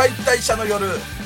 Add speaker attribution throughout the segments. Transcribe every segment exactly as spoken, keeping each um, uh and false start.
Speaker 1: 解体者の夜ヘルツ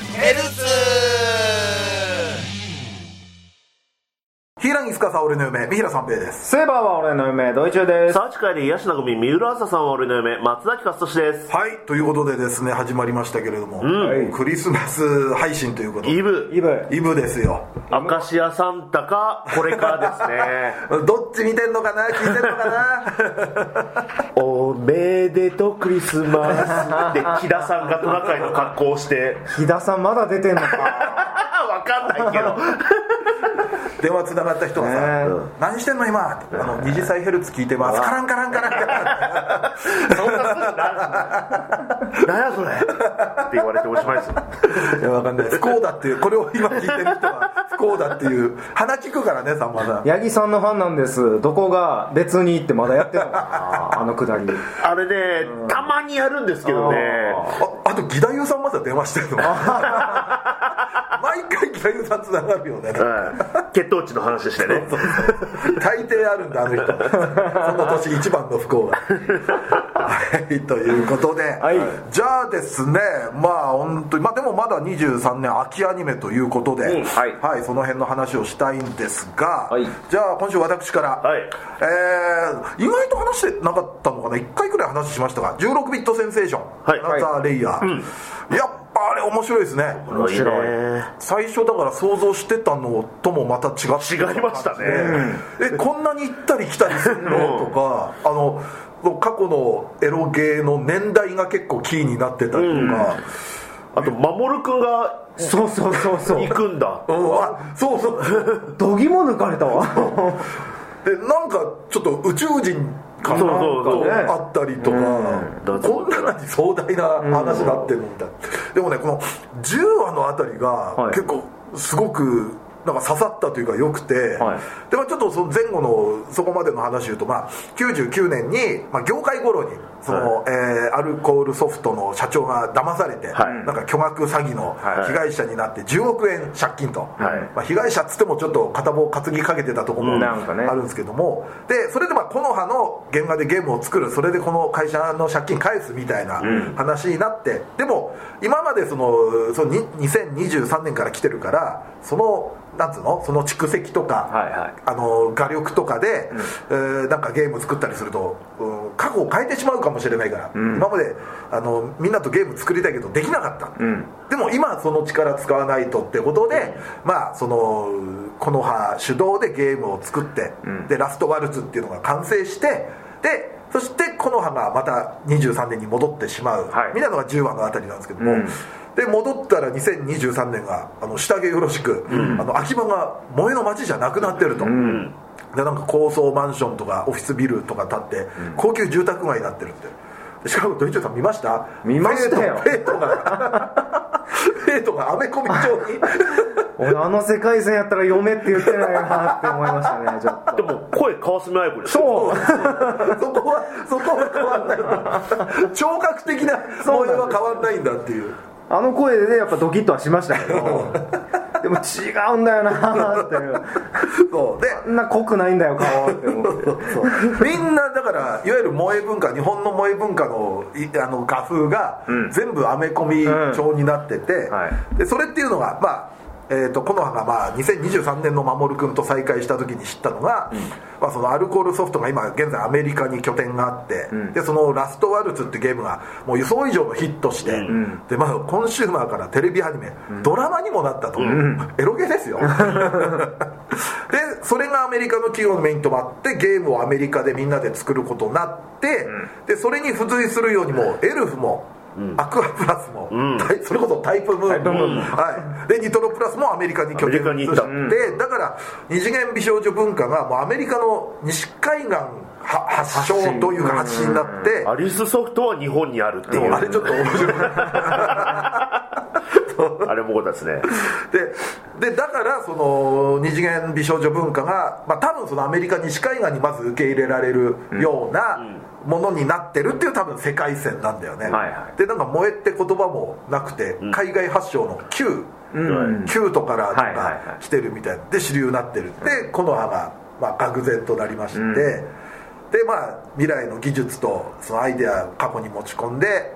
Speaker 1: ヒーラギスカサ俺の嫁三平三平です。
Speaker 2: セーバーは俺の嫁ドイチューです。
Speaker 3: サーチ会で癒しな組三浦朝さんは俺の嫁松崎勝利です。
Speaker 1: はい、ということでですね始まりましたけれども、
Speaker 3: うん、
Speaker 1: クリスマス配信ということで
Speaker 3: イブ
Speaker 2: イブ
Speaker 1: イブですよ。
Speaker 3: 明石家サンタかこれからです
Speaker 1: ねどっち見てんのかな聞いてんのか
Speaker 3: なおめでとうクリスマスって木田さんがトナカイの格好をして
Speaker 2: 木田さんまだ出てんのか
Speaker 3: わかんないけど
Speaker 1: 電話つながった人がさ、えー、何してんの今、あのにじゅっさいヘルツ聞いてますカランカランカランカラン
Speaker 3: そんなすぐ何やそれって言われておしまいですよ。
Speaker 1: いやわかんない不幸だっていうこれを今聞いてる人は不幸だっていう鼻聞くからね。さんまさん
Speaker 2: 八木さんのファンなんです。どこが別にってまだやってるのかなあのくだり
Speaker 3: あれね、うん、たまにやるんですけどね。
Speaker 1: あ, あと義太夫さんまだ電話してるの毎回義太夫さんつながるよね、
Speaker 3: はい、血糖値の話してね
Speaker 1: そうそうそう大抵あるんだあの人その年一番の不幸がはいということで、はい、じゃあですねまあ本当にまあでもまだにじゅうさんねん秋アニメということで、うん、はいはい、その辺の話をしたいんですが、はい、じゃあ今週私から、はい、えー、意外と話してなかったのかないっかいくらい話しましたがじゅうろくビットセンセーション、はい、アナザーレイヤー、うん、やっぱあれ面白いですね。
Speaker 3: 面白い。
Speaker 1: 最初だから想像してたのともまた違って
Speaker 3: 違いましたね、
Speaker 1: うん、えこんなに行ったり来たりするのとかあの過去のエロゲーの年代が結構キーになってたりとか、うん、
Speaker 3: あと守君が
Speaker 2: そうそうそうそう
Speaker 3: 行くんだ、
Speaker 1: うん、あそうそう
Speaker 2: どぎも抜かれたわ
Speaker 1: でなんかちょっと宇宙人かなんかあったりとか、うん、こんなに壮大な話になってるんだ、うん、でもねこのじゅうわのあたりが結構すごくなんか刺さったというか良くて、はい、でまあ、ちょっとその前後のそこまでの話言うと、まあ、きゅうじゅうきゅうねんに、まあ、業界頃にその、はい、えー、アルコールソフトの社長が騙されて、はい、なんか巨額詐欺の被害者になってじゅうおくえん借金と、はい、まあ、被害者っつってもちょっと片棒担ぎかけてたところもあるんですけども、うん、でそれでまあ木の葉の原画でゲームを作る、それでこの会社の借金返すみたいな話になって、うん、でも今までそのそのにせんにじゅうさんねんから来てるからそのなんつうのその蓄積とか、はいはい、あの画力とかで、うん、えー、なんかゲーム作ったりすると、うん、過去を変えてしまうかもしれないから、うん、今まであのみんなとゲーム作りたいけどできなかった、うん、でも今その力使わないとってことで、うん、まあそのこの葉主導でゲームを作って、うん、でラストワルツっていうのが完成して、でそしてこの葉がまたにじゅうさんねんに戻ってしまう、はい、みたいなのがじゅうわのあたりなんですけども、うん、で戻ったらにせんにじゅうさんねんがあの下着よろしく、うん、あの秋葉が萌えの街じゃなくなってると、うん、でなんか高層マンションとかオフィスビルとか建って、うん、高級住宅街になってるって。しかもドイツさん見ました？
Speaker 2: 見ましたよ。
Speaker 1: フェイトがフェイトがアメコミ調に
Speaker 2: 俺あの世界線やったら嫁って言ってないなって思いましたね。ちょっと
Speaker 3: でも声川澄愛子です。
Speaker 1: そうそこはそこは変わんないんだ聴覚的な萌えは変わんないんだっていう、
Speaker 2: あの声でねやっぱドキッとはしましたけどでも違うんだよなっていうそうであんな濃くないんだよ顔って思って
Speaker 1: そうみんなだからいわゆる萌え文化、日本の萌え文化の、あの画風が全部アメコミ調になってて、うんはい、でそれっていうのがまあえー、とこの葉がまあにせんにじゅうさんねんの守君と再会した時に知ったのが、うん、まあ、そのアルコールソフトが今現在アメリカに拠点があって、うん、でそのラストワルツってゲームがもう予想以上のヒットして、うん、でまあコンシューマーからテレビアニメ、うん、ドラマにもなったと、うん、エロゲですよでそれがアメリカの企業のメインとなってゲームをアメリカでみんなで作ることになって、うん、でそれに付随するようにもエルフもうん、アクアプラスも、うん、それこそタイプムーン、うん、はい、でニトロプラスもアメリカに拠点を移して、うん、だから二次元美少女文化がもうアメリカの西海岸発祥というか発信になって、
Speaker 3: アリスソフトは日本にあるっていう、
Speaker 1: あれちょっと面白い
Speaker 3: あれもことですね。
Speaker 1: で, でだからその二次元美少女文化が、まあ、多分そのアメリカ西海岸にまず受け入れられるようなものになってるっていう多分世界線なんだよね、はいはい、でなんか萌えって言葉もなくて、うん、海外発祥の Q、うん、Q とからとか来てるみたいで主流になってる。でこの葉がまあ愕然となりまして、うん、でまあ未来の技術とそのアイデアを過去に持ち込んで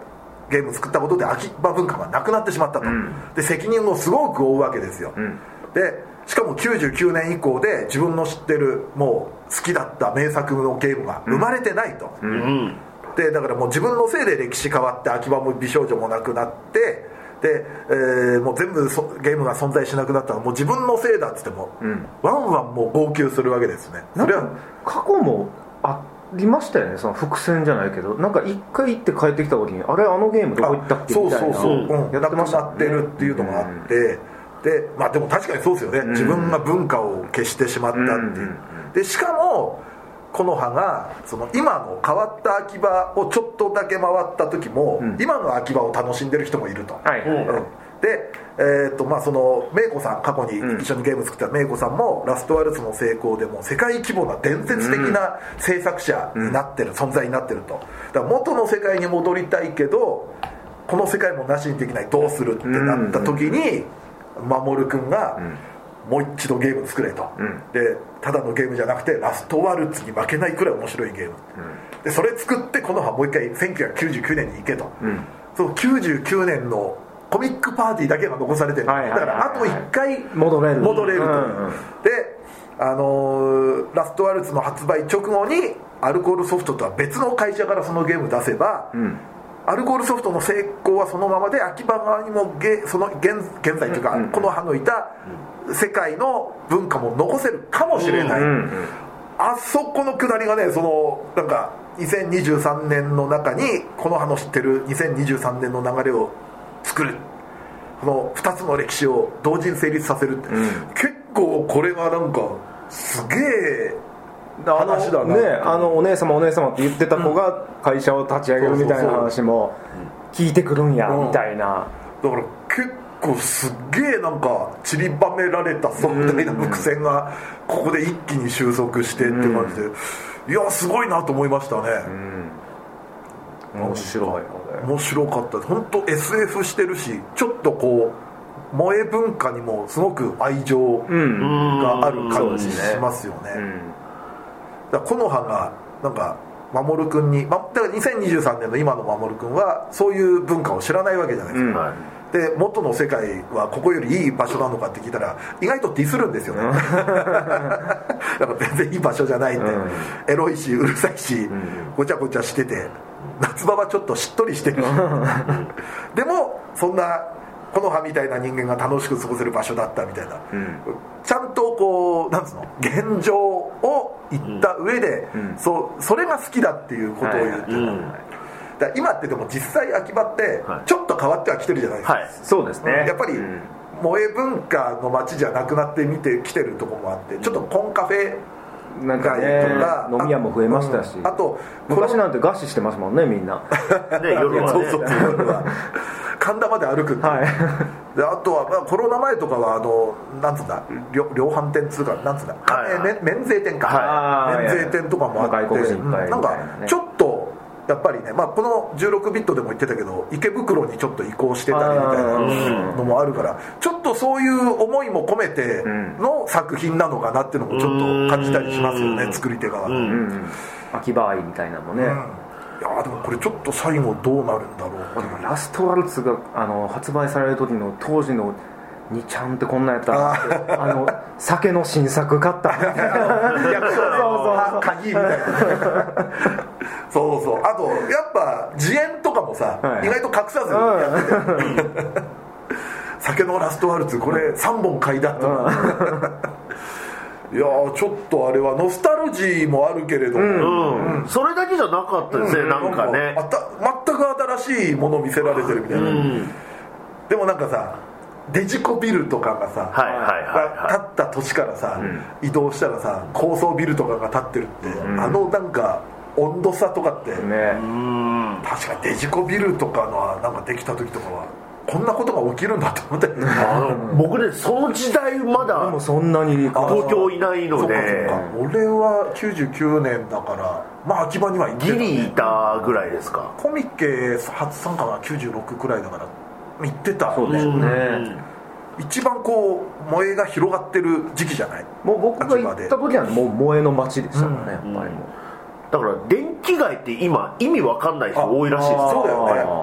Speaker 1: ゲーム作ったことで秋葉文化がなくなってしまったと、うん、で責任をすごく負うわけですよ、うん、でしかもきゅうじゅうきゅうねん以降で自分の知ってるもう好きだった名作のゲームが生まれてないと、うんうん、でだからもう自分のせいで歴史変わって秋葉も美少女もなくなってで、えー、もう全部ゲームが存在しなくなったのはもう自分のせいだっつっても、うん、ワンワンもう号泣するわけですね。それは
Speaker 2: 過去もありましたよね、その伏線じゃないけど、なんか一回行って帰ってきた時にあれあのゲームどこ行ったっけみたいな、そうそうそう、うん、
Speaker 1: やってましたね、なくなってるっていうのがあって、うん、でまあでも確かにそうですよね、うん、自分が文化を消してしまったっていう、うん、でしかも木の葉がその今の変わった秋葉をちょっとだけ回った時も、うん、今の秋葉を楽しんでる人もいると、はい、うん、で、えーとまあ、そのメイコさん過去に一緒にゲーム作ったメイコさんも、うん、ラストワルツの成功でも世界規模な伝説的な制作者になってる、うん、存在になってると。だから元の世界に戻りたいけどこの世界もなしにできない、どうするってなった時に守君が、うんもう一度ゲーム作れと、うん、でただのゲームじゃなくてラストワルツに負けないくらい面白いゲーム、うん、でそれ作ってこの葉もう一回せんきゅうひゃくきゅうじゅうきゅうねんに行けと、うん、そのきゅうじゅうきゅうねんのコミックパーティーだけが残されてる、はいはいはいはい、だからあと一回戻れる戻れると、うんうん、で、あのー、ラストワルツの発売直後にアルコールソフトとは別の会社からそのゲーム出せば、うん、アルコールソフトの成功はそのままで秋葉側にもゲその 現, 現在というか、うんうん、この葉のいた世界の文化も残せるかもしれない、うんうんうん、あそこのくだりがね、そのなんかにせんにじゅうさんねんの中にこの葉の知ってるにせんにじゅうさんねんの流れを作る、このふたつの歴史を同時に成立させるって、うん、結構これがなんかすげえ話だな。
Speaker 2: ね、あのお姉様お姉様って言ってた子が会社を立ち上げるみたいな話も聞いてくるんやみたいな、
Speaker 1: だから結構すっげえなんか散りばめられた壮大な伏線がここで一気に収束してって感じで、いやすごいなと思いましたね、
Speaker 2: うん、面白い
Speaker 1: 面白かった。本当 エスエフ してるし、ちょっとこう萌え文化にもすごく愛情がある感じしますよね、うんうん、だから木の葉がなんか守君に、ま、だからにせんにじゅうさんねんの今の守君はそういう文化を知らないわけじゃないですか、うん、はい、で元の世界はここよりいい場所なのかって聞いたら意外とディスるんですよね、うん、だから全然いい場所じゃないって、うん、エロいしうるさいし、うん、ごちゃごちゃしてて夏場はちょっとしっとりしてるでもそんな木の葉みたいな人間が楽しく過ごせる場所だったみたいな、うん、ちゃんとこうなんつうの現状を言った上で、うん、そ, それが好きだっていうことを言ってる、はい、うん、だから今ってでも実際秋葉ってちょっと変わってはきてるじゃないですか、はい、
Speaker 2: そうですね、
Speaker 1: やっぱり、うん、萌え文化の街じゃなくなって見てきてるところもあって、ちょっとコンカフェ
Speaker 2: なんかね、飲み屋も増えましたし、
Speaker 1: うん、あと
Speaker 2: 昔なんて餓死してますもんねみんな
Speaker 1: ね、夜はね、そうそう夜は神田まで歩くって、はい、であとは、まあ、コロナ前とかはあのなんつうんだ 量, 量販店つうかなんつうんだ、はいはい、免税店か、はい、免税店とかもあって、
Speaker 2: 外国人いっぱい、
Speaker 1: うん、なんかちょっとやっぱりね、まあ、このじゅうろくビットでも言ってたけど池袋にちょっと移行してたりみたいなのもあるから、ちょっとそういう思いも込めての作品なのかなっていうのもちょっと感じたりしますよね、作り手側の
Speaker 2: 秋葉愛みたいなのもね、うん、い
Speaker 1: やでもこれちょっと最後どうなるんだろうっていう。
Speaker 2: ラストワルツがあの発売される時の当時のにちゃんってこんなんやったらあの酒の新作買ったみたいな
Speaker 1: そうそうそう鍵みたいなそうそう、あとやっぱ自演とかもさ、はい、意外と隠さずやってて、うん、酒のラストワルツこれさんぼん買いだった、うん、いやちょっとあれはノスタルジーもあるけれども、
Speaker 3: うんうん、それだけじゃなかったですね、うん、なんかね、
Speaker 1: なんか全く新しいものを見せられてるみたいな、うん、でもなんかさデジコビルとかがさ、はいはいはいはい、建った年からさ、うん、移動したらさ高層ビルとかが建ってるって、うん、あのなんか温度差とかって、ね、うん確かにデジコビルとかのはなんかできた時とかはこんなことが起きるんだと思ったけど
Speaker 3: 僕ねその時代まだ
Speaker 2: でもそんなに
Speaker 3: 東京いないので、
Speaker 1: 俺はきゅうじゅうきゅうねんだからまあ秋葉には行ってた、ね、
Speaker 3: ギリいたぐらいですか。
Speaker 1: コミケ初参加がきゅうじゅうろくくらいだから行ってた。
Speaker 2: そうですね、
Speaker 1: 一番こう萌えが広がってる時期じゃない。
Speaker 2: もう僕が行った時はもう萌えの街でしたからね、うん、やっぱりもう、
Speaker 3: だから電気街って今意味わかんない人多いらしいです。
Speaker 1: そうだよね。昔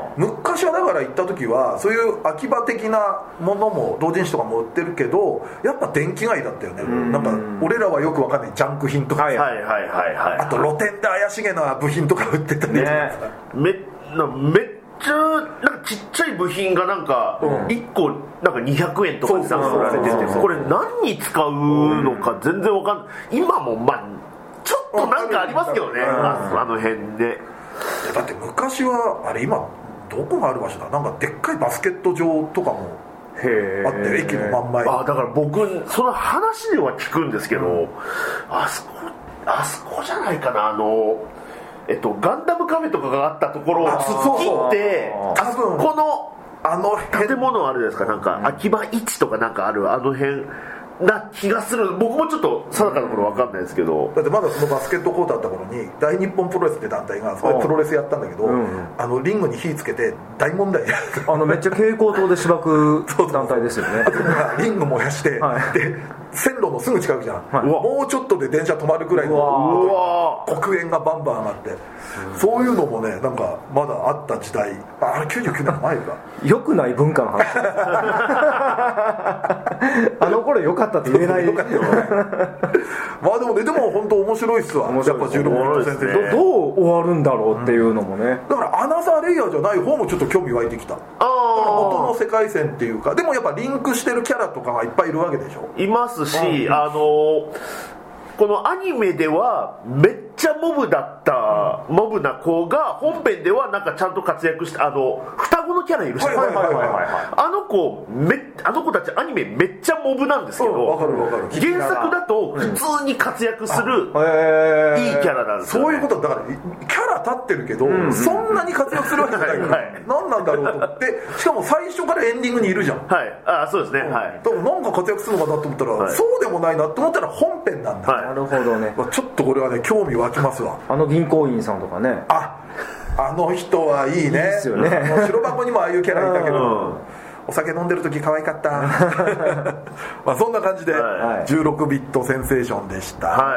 Speaker 1: 昔はだから行った時はそういう秋葉的なものも同人誌とかも売ってるけどやっぱ電気街だったよね。なんか俺らはよくわかんないジャンク品とか、
Speaker 3: はいはいはいはいはい、
Speaker 1: あと露店で怪しげな部品とか売ってたりとか、ね、
Speaker 3: めなめっちゃなんかちっちゃい部品がなんかいっこなんかにひゃくえんとかで売られてて、これ何に使うのか全然わかんない。今もまあちょっとなんかありますけどね、あの辺で。
Speaker 1: だって昔はあれ今どこがある場所だ、なんかでっかいバスケット場とかもあって駅の真ん前に。
Speaker 3: あだから僕その話では聞くんですけど、うん、あそこあそこじゃないかな、あのえっとガンダムカフェとかがあったところを切ってあそこのあの建物あるじゃないですか、なんか秋葉一とかなんかあるあの辺な気がする。僕もちょっと定かな頃分かんないですけど、
Speaker 1: だってまだそのバスケットコートあった頃に大日本プロレスって団体がそこでプロレスやったんだけど、うん、あのリングに火つけて大問題
Speaker 2: あのめっちゃ蛍光灯でしばく団体ですよね。
Speaker 1: リング燃やして、はい、で線路のすぐ近くじゃん、はい、もうちょっとで電車止まるくらいの黒煙がバンバン上がって、そういうのもねなんかまだあった時代。あれきゅうじゅうきゅうねん前か
Speaker 2: よくない文化の話あの頃よかったって言えないま
Speaker 1: あでもね、でも本当面白いっすわ。やっぱじゅうろくビット先生、
Speaker 2: ね、ど, どう終わるんだろうっていうのもね、うん、だ
Speaker 1: からアナザーレイヤーじゃない方もちょっと興味湧いてきた。あ元の世界線っていうか、でもやっぱリンクしてるキャラとかがいっぱいいるわけでしょ。
Speaker 3: いますし、うん、あのこのアニメではめっちゃモブだった、うん、モブな子が本編ではなんかちゃんと活躍して、あの双子のキャラいるじゃないですか。あの子めあの子たちアニメめっちゃモブなんですけど、
Speaker 1: わかるわかる。
Speaker 3: 原作だと普通に活躍する、うん、いいキャラなんですよ、ね、
Speaker 1: そういうことだからキャラ立ってるけど、うん、そんなに活躍するわけじゃないから、はい、何なんだろうと思って、しかも最初からエンディングにいるじゃん。
Speaker 3: はい、あそうですね、うん、はい。
Speaker 1: だからなんか活躍するのかなと思ったら、はい、そうでもないなと思ったら本編なんだ、
Speaker 2: はい、なるほどね。
Speaker 1: ちょっとこれはね興味湧きますわ。
Speaker 2: あの銀行員さんとかね、
Speaker 1: ああの人はいいね。いいですよね。白箱にもああいうキャラいたけどお酒飲んでる時可愛かったまあそんな感じで、はい、じゅうろくビットセンセーションでした。はい、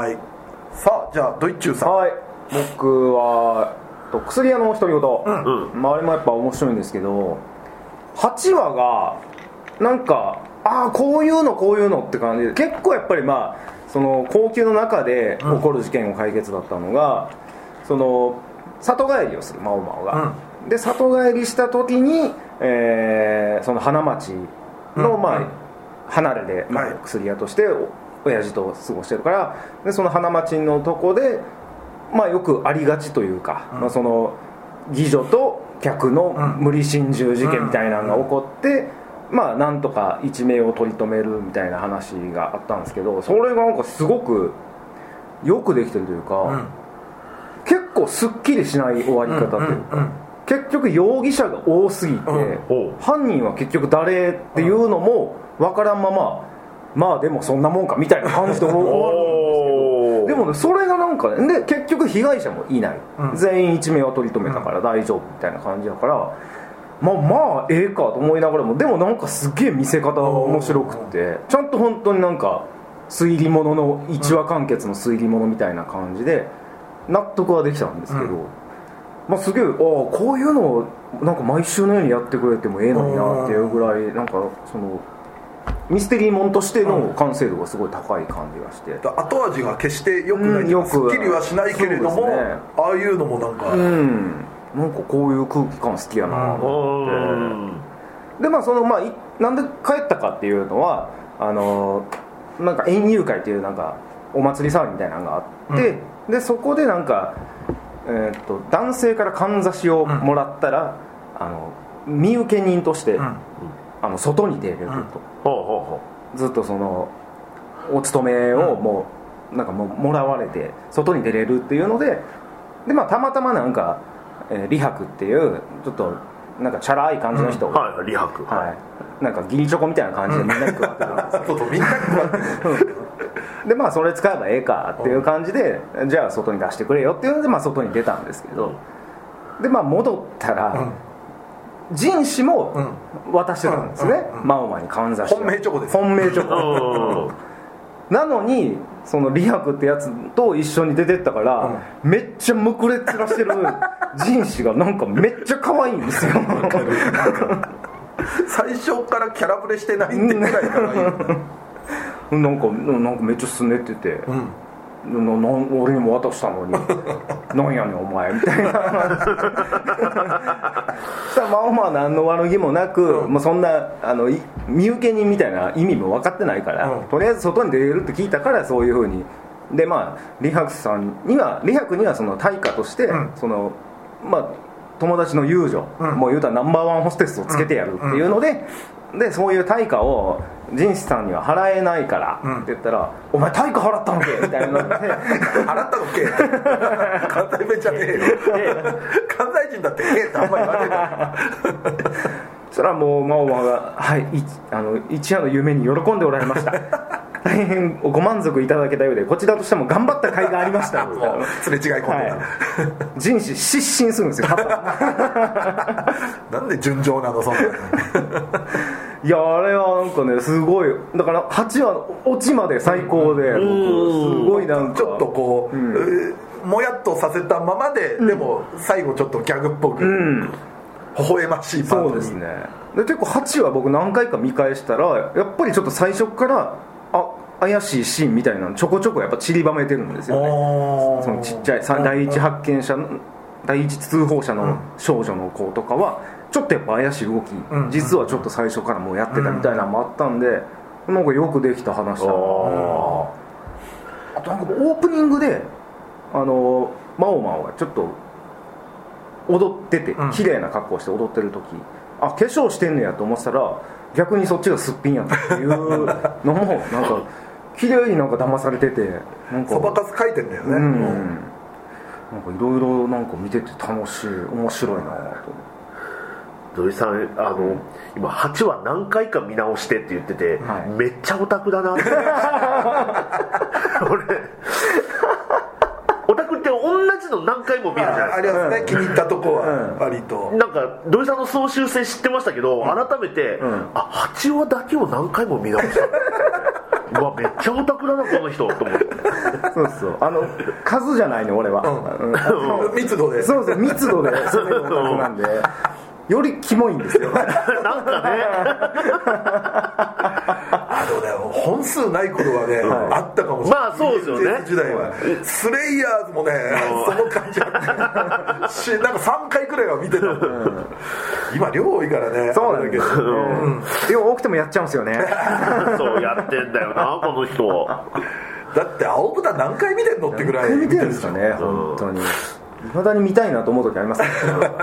Speaker 1: はい。さあじゃあドイッチューさん。
Speaker 2: はい、僕は薬屋の独り言、うん、周りもやっぱ面白いんですけど、はちわがなんかああこういうのこういうのって感じで、結構やっぱりまあその高級の中で起こる事件を解決だったのが、うん、その里帰りをするマオマオが、うん、で里帰りした時に、えー、その花町の、まあうん、離れで、まあ、薬屋として親父と過ごしてるから、でその花町のとこで、まあ、よくありがちというか、うんまあ、その妓女と客の無理心中事件みたいなのが起こって、まあなんとか一命を取り留めるみたいな話があったんですけど、それがなんかすごくよくできてるというか、うん、結構すっきりしない終わり方というか、うんうんうん、結局容疑者が多すぎて、うん、犯人は結局誰っていうのも分からんまま、まあでもそんなもんかみたいな感じで終わるんですけどでもねそれがなんかね、で結局被害者もいない、うん、全員一命は取り留めたから大丈夫みたいな感じだから、まあまあええかと思いながらも、でもなんかすげえ見せ方が面白くって、ちゃんと本当になんか推理物の一話完結の推理物みたいな感じで納得はできたんですけど、うん、まあすげえ、ああこういうのをなんか毎週のようにやってくれてもええのになっていうぐらい、なんかそのミステリーもんとしての完成度がすごい高い感じがして、うん、後味が決して良くない、うん、よくすっきりはしないけれども、ね、ああいうのもなんか、うんなんかこういう空気感好きやなと思って、でまあそのまあなんで帰ったかっていうのは、あのなんか園遊会っていうなんかお祭り騒ぎみたいなのがあって、うん、でそこでなんか、えー、っと男性からかんざしをもらったら、うん、あの身請け人として、うん、あの外に出れると、うん、ずっとそのお勤めをもうなんかもうもらわれて外に出れるっていうので、でまあたまたまなんかえー、李白っていうちょっとなんかチャラい感じの人が、
Speaker 3: うん、はい、李白、
Speaker 2: はい、なんか義理チョコみたいな感じでみんなに配ってるんですけどみんなに配ってるでまあそれ使えばええかっていう感じで、じゃあ外に出してくれよっていうので、まあ、外に出たんですけど、でまあ戻ったら、うん、人種も渡してたんですね、うんうんうん、マオマにかんざし
Speaker 1: 本命チョコです、
Speaker 2: 本命チョコなのにその李白ってやつと一緒に出てったから、うん、めっちゃむくれつらしてる人士がなんかめっちゃ可愛いんですよ
Speaker 1: 最初からキャラブレしてないってぐらい可愛い
Speaker 2: なんかなんかめっちゃすねってて、うんなな俺にも渡したのになんやねんお前みたいなしたらまあまあ何の悪気もなく、うん、もうそんなあの身請け人みたいな意味も分かってないから、うん、とりあえず外に出れるって聞いたからそういう風にでまあ李白さんには李白にはその対価として、うん、そのまあ友達の遊女、うん、もう言うたらナンバーワンホステスをつけてやるっていうので、うん、でそういう対価を仁士さんには払えないからって言ったら、うん、お前対価払ったのけみたいな
Speaker 1: 払ったのけ関西弁じゃねえよ関西人だってけってあんまり言わねえから
Speaker 2: それはもう真央がはいあの一夜の夢に喜んでおられました大変ご満足いただけたようでこちらとしても頑張った甲斐がありました
Speaker 1: すれ違い込んでた、はい、
Speaker 2: 人士失神するんですよ
Speaker 1: なんで純情なのそんなの
Speaker 2: いやあれはなんかねすごいだからはちわオチまで最高で、うん、すごいなんか
Speaker 1: ちょっとこう、うん、もやっとさせたままで、うん、でも最後ちょっとギャグっぽく、うん、微笑ましいパートに
Speaker 2: そうですねで結構はちわ僕何回か見返したらやっぱりちょっと最初からあ怪しいシーンみたいなのちょこちょこやっぱ散りばめてるんですよねそのちっちゃい第一発見者第一通報者の少女の子とかはちょっとやっぱ怪しい動き、うん、実はちょっと最初からもうやってたみたいなのもあったんで、うん、なんかよくできた話だなあとなんかオープニングであのマオマオがちょっと踊ってて、うん、綺麗な格好して踊ってる時あ化粧してんねやと思ってたら逆にそっちがすっぴんやったっていうのもなんか綺麗になんか騙されててなんか
Speaker 1: そばかす書いてんだよね、うん、
Speaker 2: なんかいろいろなんか見てて楽しい面白いなと
Speaker 3: 土井さんあの、うん、今はちわ何回か見直してって言ってて、はい、めっちゃオタクだなって俺オタクって同じの何回も見るじゃないですか。
Speaker 1: ありますね、気に入ったとこは割と、
Speaker 3: うん、なんか土井さんの総集性知ってましたけど、うん、改めて、うん、あはちわだけを何回も見直したうわめっちゃオタクだなこの人と思って
Speaker 2: そうそうあの数じゃないの俺は、
Speaker 1: うん、密度で
Speaker 2: そうそう密度でそれがオタクなんでよりキモいんですよなんかね
Speaker 1: あのね本数ない頃はね、はい、あったかもしれない。
Speaker 3: まあそうですよね
Speaker 1: 時代はスレイヤーズもねその感じあってしなんかさんかいくらいは見てた、うん、今量多いからね
Speaker 2: そうなんだけど、うん、量多くてもやっちゃうんですよね
Speaker 3: そうやってんだよなこの人
Speaker 1: だって青豚何回見てんのってぐらい
Speaker 2: 見てるんですかね本当に未だに見たいなと思う時ありますね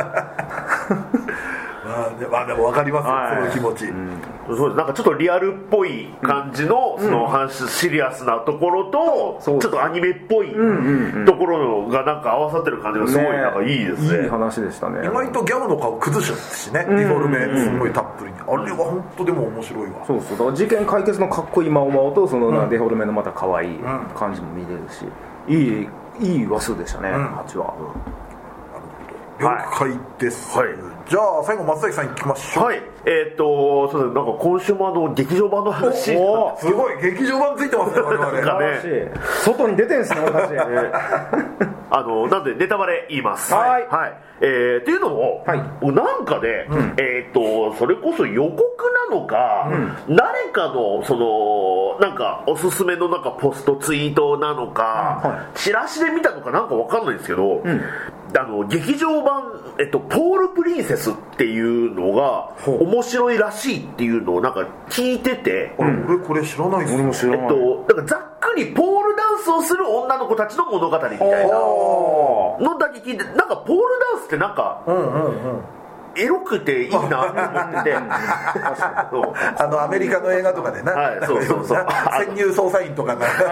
Speaker 1: まあで、まあ、でも分かりますよ、はい、その気持ち、うん、
Speaker 3: そうですなんかちょっとリアルっぽい感じの、うん、その話シリアスなところと、うん、ちょっとアニメっぽいところがなんか合わさってる感じがすごいなんかいいですね、
Speaker 2: いい話でしたね。
Speaker 1: 意外とギャグの顔崩ししね、ディフォルメすごいたっぷりに、あれは本当でも面白いわ。
Speaker 2: そうそうだから事件解決のかっこいいマオマオとその、うん、デフォルメのまた可愛い感じも見れるし、いいいい話数でしたね、うん、はちわ、
Speaker 1: うん、了解です、はいはい、じゃあ最後松崎さんいきましょう。
Speaker 3: はいえー、っとそうですなんか今週もあの劇場版の話
Speaker 1: おおすごい劇場版ついてますね我々
Speaker 2: なんかね外に出てんすね私、ね、
Speaker 3: あのなんでネタバレ言います
Speaker 2: はい、
Speaker 3: はいえー、っていうのも、はい、なんかで、うん、えー、っとそれこそ予告なのか、うん、誰かのそのなんかおすすめのなんかポストツイートなのか、うんはい、チラシで見たのかなんかわかんないんですけど、うん、あの劇場版、えっと、ポールプリンセスっていうのが面白いらしいっていうのをなんか聞いてて、
Speaker 1: うん、俺これ知らないですよ、
Speaker 2: 俺も知らない、
Speaker 3: えっと、だからざっくりポールダンスをする女の子たちの物語みたいなのだけ聞いてなんかポールダンスってなんか、うんうんうんエロくていいなと思ってて
Speaker 1: あのアメリカの映画とかでな、
Speaker 3: はい、そうそうそう
Speaker 1: 潜入捜査員とか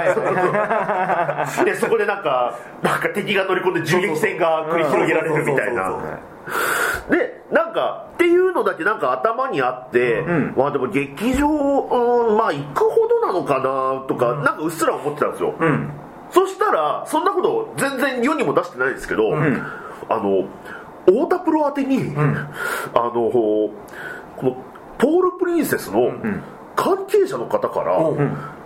Speaker 3: でそこでなんかなんか敵が乗り込んで銃撃戦が繰り広げられるみたいなでなんかっていうのだけなんか頭にあって、うん、まあでも劇場、うん、まあ行くほどなのかなとか、うん、なんかうっすら思ってたんですよ、うん、そしたらそんなこと全然世にも出してないですけど、うん、あの太田プロ宛てに、うん、あのこのポールプリンセスの関係者の方から、うん、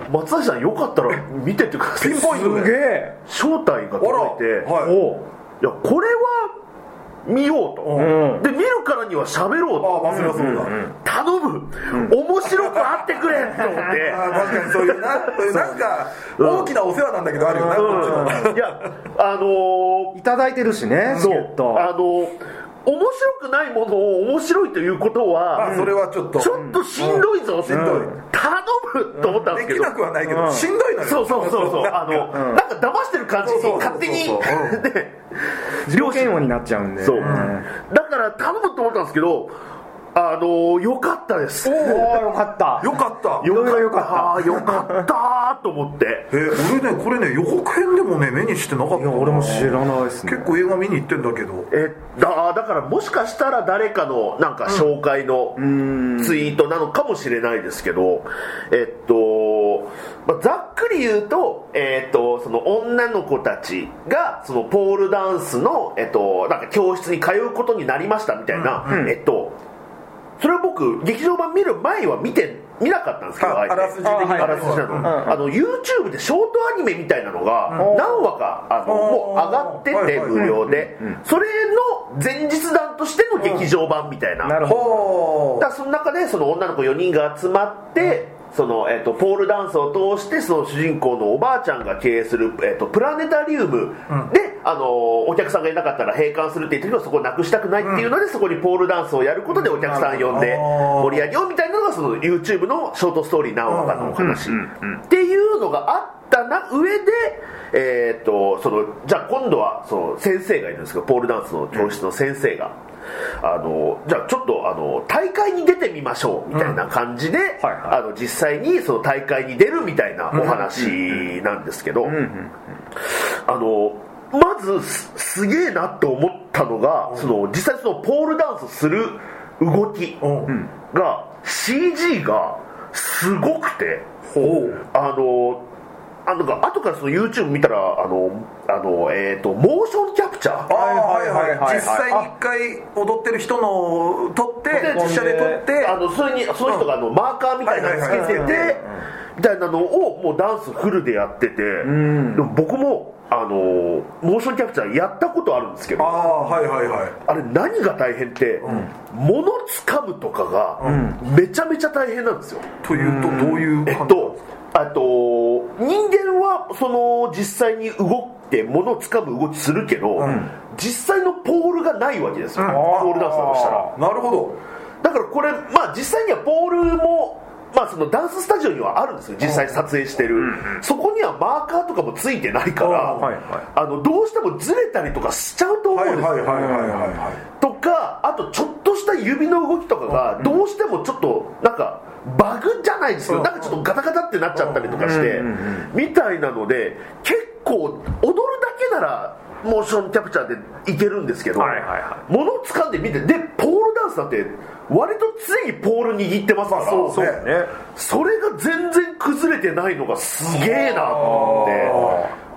Speaker 3: 松崎さんよかったら見てってください。
Speaker 1: ピンポイントで
Speaker 2: すげえ
Speaker 3: 招待が届いて、
Speaker 1: はい、
Speaker 2: お
Speaker 3: いやこれは見ようと、うん、で見るからには喋ろうと、
Speaker 1: ああそりゃそうだ、うん、
Speaker 3: 頼む、うん、面白くあってくれと思って
Speaker 1: あ確かにそういうななんか大きなお世話なんだけどあるよな、
Speaker 3: うん、いやあのー、
Speaker 2: いただいてるしね、
Speaker 3: そうあのー面白くないものを面白いということは、
Speaker 1: あそれはちょっと
Speaker 3: ちょっとしんどいぞ、うん、しんどい、頼むと思ったんですけど、
Speaker 1: できなくはないけど、うん、しんどいのよ。
Speaker 3: そうそうそうそうあの、うん、なんか騙してる感じに勝手にで
Speaker 2: 両嫌悪になっちゃうんで、
Speaker 3: そう、うん、だから頼むと思ったんですけど、あのー、よかったです。
Speaker 2: おおよかった
Speaker 1: よかった
Speaker 2: いろいろよか
Speaker 3: ったよかったと思って
Speaker 1: えー、俺ねこれね予告編でもね目にしてなかった。いや
Speaker 2: 俺も知らないですね。
Speaker 1: 結構映画見に行ってんだけど、
Speaker 3: えだだからもしかしたら誰かのなんか紹介のツイートなのかもしれないですけど、えっと、まあ、ざっくり言うと、えっとその女の子たちがそのポールダンスの、えっと、なんか教室に通うことになりましたみたいな、うんうん、えっとそれは僕劇場版見る前は見て見なかったんですけど、
Speaker 1: あらすじ的に
Speaker 3: あらすじなの、うん、あの YouTube でショートアニメみたいなのが何話かあのもう上がってて無料で、それの前日談としての劇場版みたいな、
Speaker 2: なるほ
Speaker 3: ど。だからその中でその女の子よにんが集まってその、えー、とポールダンスを通してその主人公のおばあちゃんが経営する、えー、とプラネタリウムで、うん、あのお客さんがいなかったら閉館するって言ってもそこをなくしたくないっていうので、うん、そこにポールダンスをやることでお客さん呼んで盛り上げようみたいなのがその YouTube のショートストーリー何話かのお話っていうのがあったな上で、えー、とそのじゃあ今度はその先生がいるんですけど、ポールダンスの教室の先生が、あのじゃあちょっとあの大会に出てみましょうみたいな感じで、うんはいはい、あの実際にその大会に出るみたいなお話なんですけど、うんうんうん、あのまず す, すげえなと思ったのが、うん、その実際そのポールダンスする動きが シージー がすごくて、うん、あのあの後からその YouTube 見たらあのあの、えー、とモーションキャプチャー、
Speaker 1: はいはいはい、実際に一回踊ってる人のを撮って実写で撮って
Speaker 3: あのそれにその人があの、うん、マーカーみたいなのつけててみたいなのをもうダンスフルでやってて、うん、でも僕もあのモーションキャプチャーやったことあるんですけど、
Speaker 1: あ、はいはいはい、
Speaker 3: あれ何が大変って、うん、物掴むとかがめちゃめちゃ大変なんですよ。
Speaker 1: というとどういう
Speaker 3: えっとあと人間はその実際に動って物を掴む動きするけど、うん、実際のポールがないわけですよ、うん、ポールダンスだとしたら。
Speaker 1: なるほど。だ
Speaker 3: からこれまあ実際にはポールもまあそのダンススタジオにはあるんですよ、実際撮影してる、うんうん、そこにはマーカーとかもついてないから、はいはい、あのどうしてもずれたりとかしちゃうと思うんですよ、はいはいはいはいはい、とかあとちょっとした指の動きとかがどうしてもちょっとなんかバグじゃないですけど、なんかちょっとガタガタってなっちゃったりとかしてみたいなので、結構踊るだけならモーションキャプチャーでいけるんですけど、はいはいはい、物を掴んでみて、でポールダンスだって割と常にポール握ってますから、そうそう、ね、それが全然崩れてないのがすげえなと思って、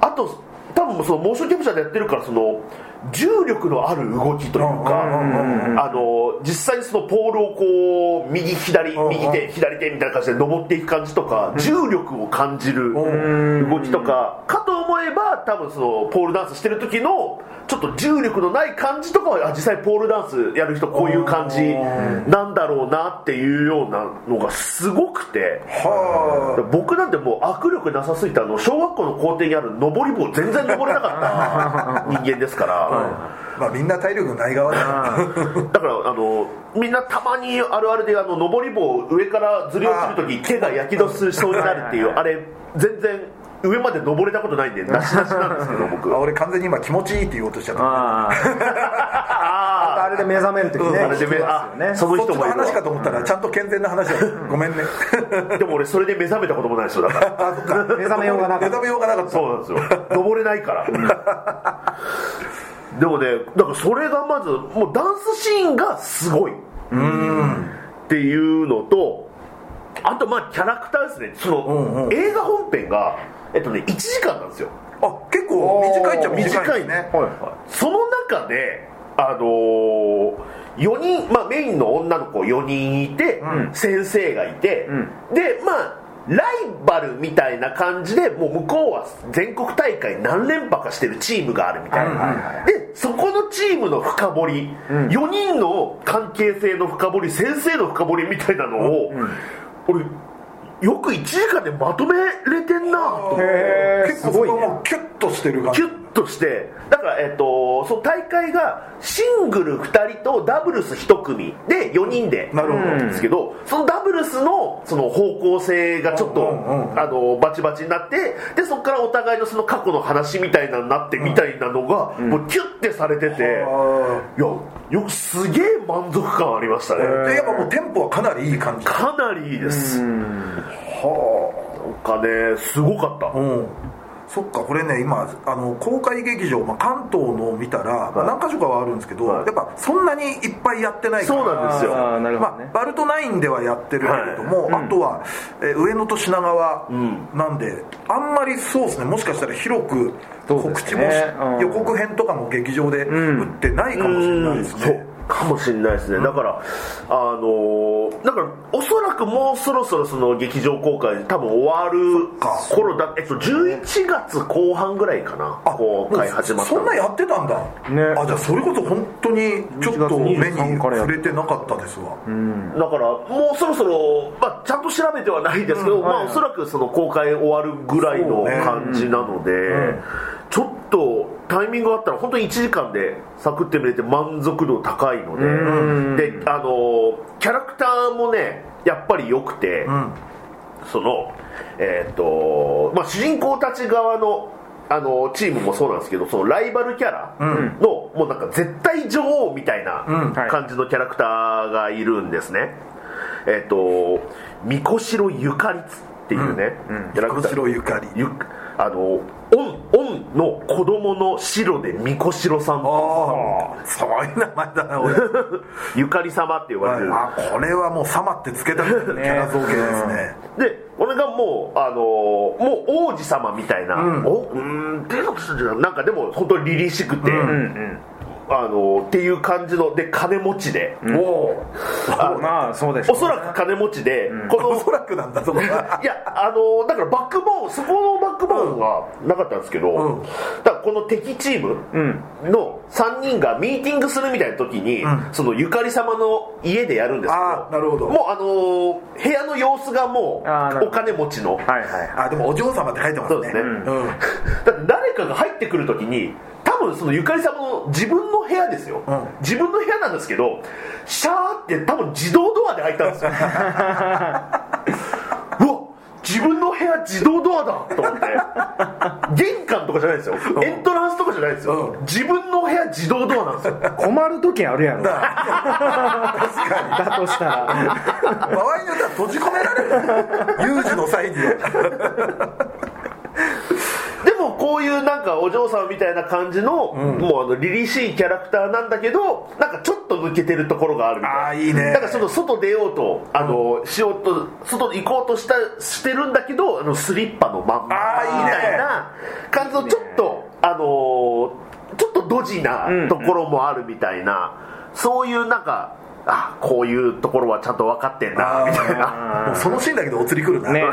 Speaker 3: あと多分そのモーションキャプチャーでやってるからその重力のある動きというか、あの実際にそのポールをこう右左右手左手みたいな感じで登っていく感じとか、重力を感じる動きとかかと思えば、多分そのポールダンスしてる時のちょっと重力のない感じとかは実際ポールダンスやる人こういう感じなんだろうなっていうようなのがすごくて、僕なんてもう握力なさすぎて、あの小学校の校庭にある登り棒全然登れなかった人間ですから、
Speaker 1: まあ、みんな体力ない側だ
Speaker 3: だからあのみんなたまにあるあるであの登り棒上からずり落ちるとき手がやけどしそうになるっていう、あれ全然上まで登れたことないんでなしなしなんですけど僕
Speaker 1: あ俺完全に今気持ちいいって言おうとしちゃった
Speaker 2: ああれで目覚めるときね、うん、あれで目覚める、ね、
Speaker 1: その人もいるわ。そっちの話かと思ったらちゃんと健全な話だごめんね
Speaker 3: でも俺それで目覚めたこともないですよ、だから
Speaker 1: あそっか
Speaker 2: 目覚めようがなかった
Speaker 1: 目覚めようがなかった。
Speaker 3: そうなんですよ登れないからでもね、だからそれがまずもうダンスシーンがすごいっていうのと、あとまあキャラクターですね。その、うんうん、映画本編がえっとねいちじかんなんですよ。
Speaker 1: あ、結構短いっちゃ短い
Speaker 3: ね。はいはい、その中であのー、よにん、まあ、メインの女の子よにんいて、うん、先生がいて、うん、でまあライバルみたいな感じでもう向こうは全国大会何連覇かしてるチームがあるみたいな、うん、でそこのチームの深掘り、うん、よにんの関係性の深掘り先生の深掘りみたいなのを、うんうん、俺よくいちじかんでまとめれてんなと。
Speaker 1: 結構そこはもうキュッとしてる感じ。
Speaker 3: キュッとしてだから、えっと、その大会がシングルふたりとダブルスいち組でよにんでなるんですけど、そのダブルス の, その方向性がちょっと、うんうんうん、あのバチバチになってでそこからお互いのその過去の話みたいなのになってみたいなのが、うん、もうキュッてされてて、うん、いやよくすげえ満足感ありましたね。
Speaker 1: でやっぱもうテンポはかなりいい感じ。
Speaker 3: かなりいいです。はあなんかねすごかった。うん
Speaker 1: そっかこれね今あの公開劇場、まあ、関東の見たら、まあ、何か所かはあるんですけど、はい、やっぱそんなにいっぱいやってないから
Speaker 3: そうなんですよ。
Speaker 1: あ、ねまあ、バルトナインではやってるけれども、はい、あとは、うんえー、上野と品川なんで、うん、あんまりそうですねもしかしたら広く告知も、ねうん、予告編とかも劇場で打ってないかもしれないですね、うんうん
Speaker 3: かもしれないですね、うん、だからあのー、だからおそらくもうそろそろその劇場公開多分終わる頃だ、えっと、じゅういちがつこう半ぐらいかな公開始まった。
Speaker 1: そんなやってたんだ、ね、あじゃあそれこそ本当にちょっと目に触れてなかったですわ、うん、
Speaker 3: だからもうそろそろ、まあ、ちゃんと調べてはないですけど、うんまあ、おそらくその公開終わるぐらいの感じなので、ねうん、ちょっとタイミングがあったら本当にいちじかんでサクって見れて満足度高いので、であのキャラクターもねやっぱり良くて、うん、そのえっ、ー、とまあ主人公たち側のあのチームもそうなんですけどそのライバルキャラの、うん、もうなんか絶対女王みたいな感じのキャラクターがいるんですね、うん、えっ、ー、と三越代ゆかりっていうね、
Speaker 1: うんうん、キャラクター三越代ゆかり
Speaker 3: ゆあのオン、オンの子供の白でみこしろさん。
Speaker 1: ああ、そういう名前だな俺。
Speaker 3: ゆかり様って呼ばれてる。
Speaker 1: あこれはもう様ってつけたキャラ造形ですね。
Speaker 3: で、これがもうあのー、もう王子様みたいな、うん、おうーんっていうのじゃなんかでも本当に凛々しくて。うんうんあのっていう感じので金持ちで、うん、お
Speaker 2: あまあそうでしょう、
Speaker 3: ね、おそらく金持ちで、うん、この
Speaker 1: おそらくなんだそのいや
Speaker 3: あのだからバックボーンそこのバックボーンはなかったんですけど、うん、だからこの敵チームのさんにんがミーティングするみたいな時に、うん、そのゆかり様の家でやるんですけど、
Speaker 1: あなるほど
Speaker 3: もうあの部屋の様子がもうお金持ちの、はいはい、
Speaker 1: あでもお嬢様って書いてますね。そうですね、
Speaker 3: うん、だって誰かが入ってくる時に多分そのゆかり様の自分の部屋ですよ、うん、自分の部屋なんですけどシャーって多分自動ドアで開いたんですようわ自分の部屋自動ドアだと思って玄関とかじゃないですよ、うん、エントランスとかじゃないですよ、うん、自分の部屋自動ドアなんですよ
Speaker 2: 困る時あるやろ確
Speaker 1: かに
Speaker 2: だとしたら場合
Speaker 1: によっては閉じ込められる有事の際に
Speaker 3: でもこういうなんかお嬢さんみたいな感じの、うん、もうあの凛々しいキャラクターなんだけどなんかちょっと抜けてるところがあるみたいな。
Speaker 1: あいいね。
Speaker 3: だからその外出ようとあの、うん、しようと外行こうとしたしてるんだけどあのスリッパのまんまみたいな感じのちょっとあのちょっとドジなところもあるみたいな、うん、そういうなんかあこういうところはちゃんと分かってんなみたいな。
Speaker 1: もうそのシーンだけでお釣り来るな、ね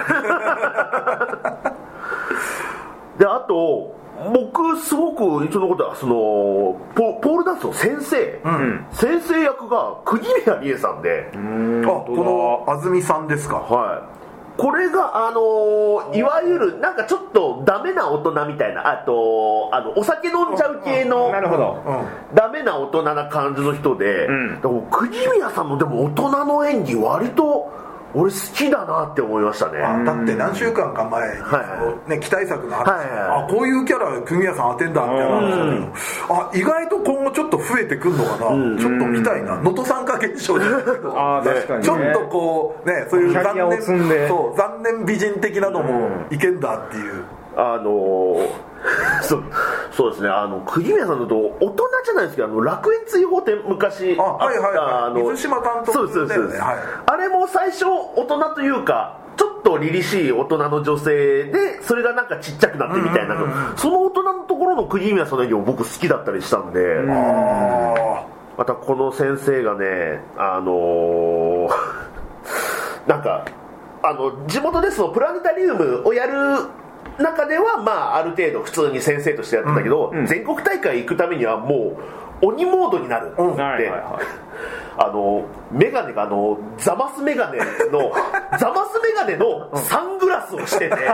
Speaker 3: であと僕すごく印象のことはその ポ, ポールダンスの先生、うん、先生役が釘宮理恵さんで、
Speaker 1: うんあこの安住さんですか。
Speaker 3: はいこれがあのいわゆるなんかちょっとダメな大人みたいなあとあのお酒飲んじゃう系の、
Speaker 2: うん、なるほど、
Speaker 3: うん、ダメな大人な感じの人で、うん、でも釘宮さんのでも大人の演技割と俺好きだなって思いましたね。
Speaker 1: あだって何週間か前に、はいね、期待作の話、はいはい、あこういうキャラ釘宮さん当てんだみたいな話だけどあ意外と今後ちょっと増えてくるのかな、うん、ちょっと見たいな能登参加現象じゃないけど
Speaker 2: あ確かに、ね、
Speaker 1: ちょっとこうねそういう残念そう残念美人的なのもいけんだっていう、
Speaker 3: あのー、そ, そうですねあの釘宮さんだと大人じゃないですけどあの楽園追放って昔あったあ、はいはいはい、
Speaker 1: 水島監督
Speaker 3: そうですそうです、ねはい、あれも最初大人というかちょっと凛々しい大人の女性でそれがなんかちっちゃくなってみたいな、うんうんうん、その大人のところの釘宮さんの演技も僕好きだったりしたんで、うん、あまたこの先生がねあのー、なんかああの地元でそのプラネタリウムをやる中では、まあ、ある程度普通に先生としてやってたけど、うん、全国大会行くためにはもう鬼モードになるって言って、うんはいはいはい、あのメガネがあのザマスメガネのザマスメガネのサングラスをしてて、うん、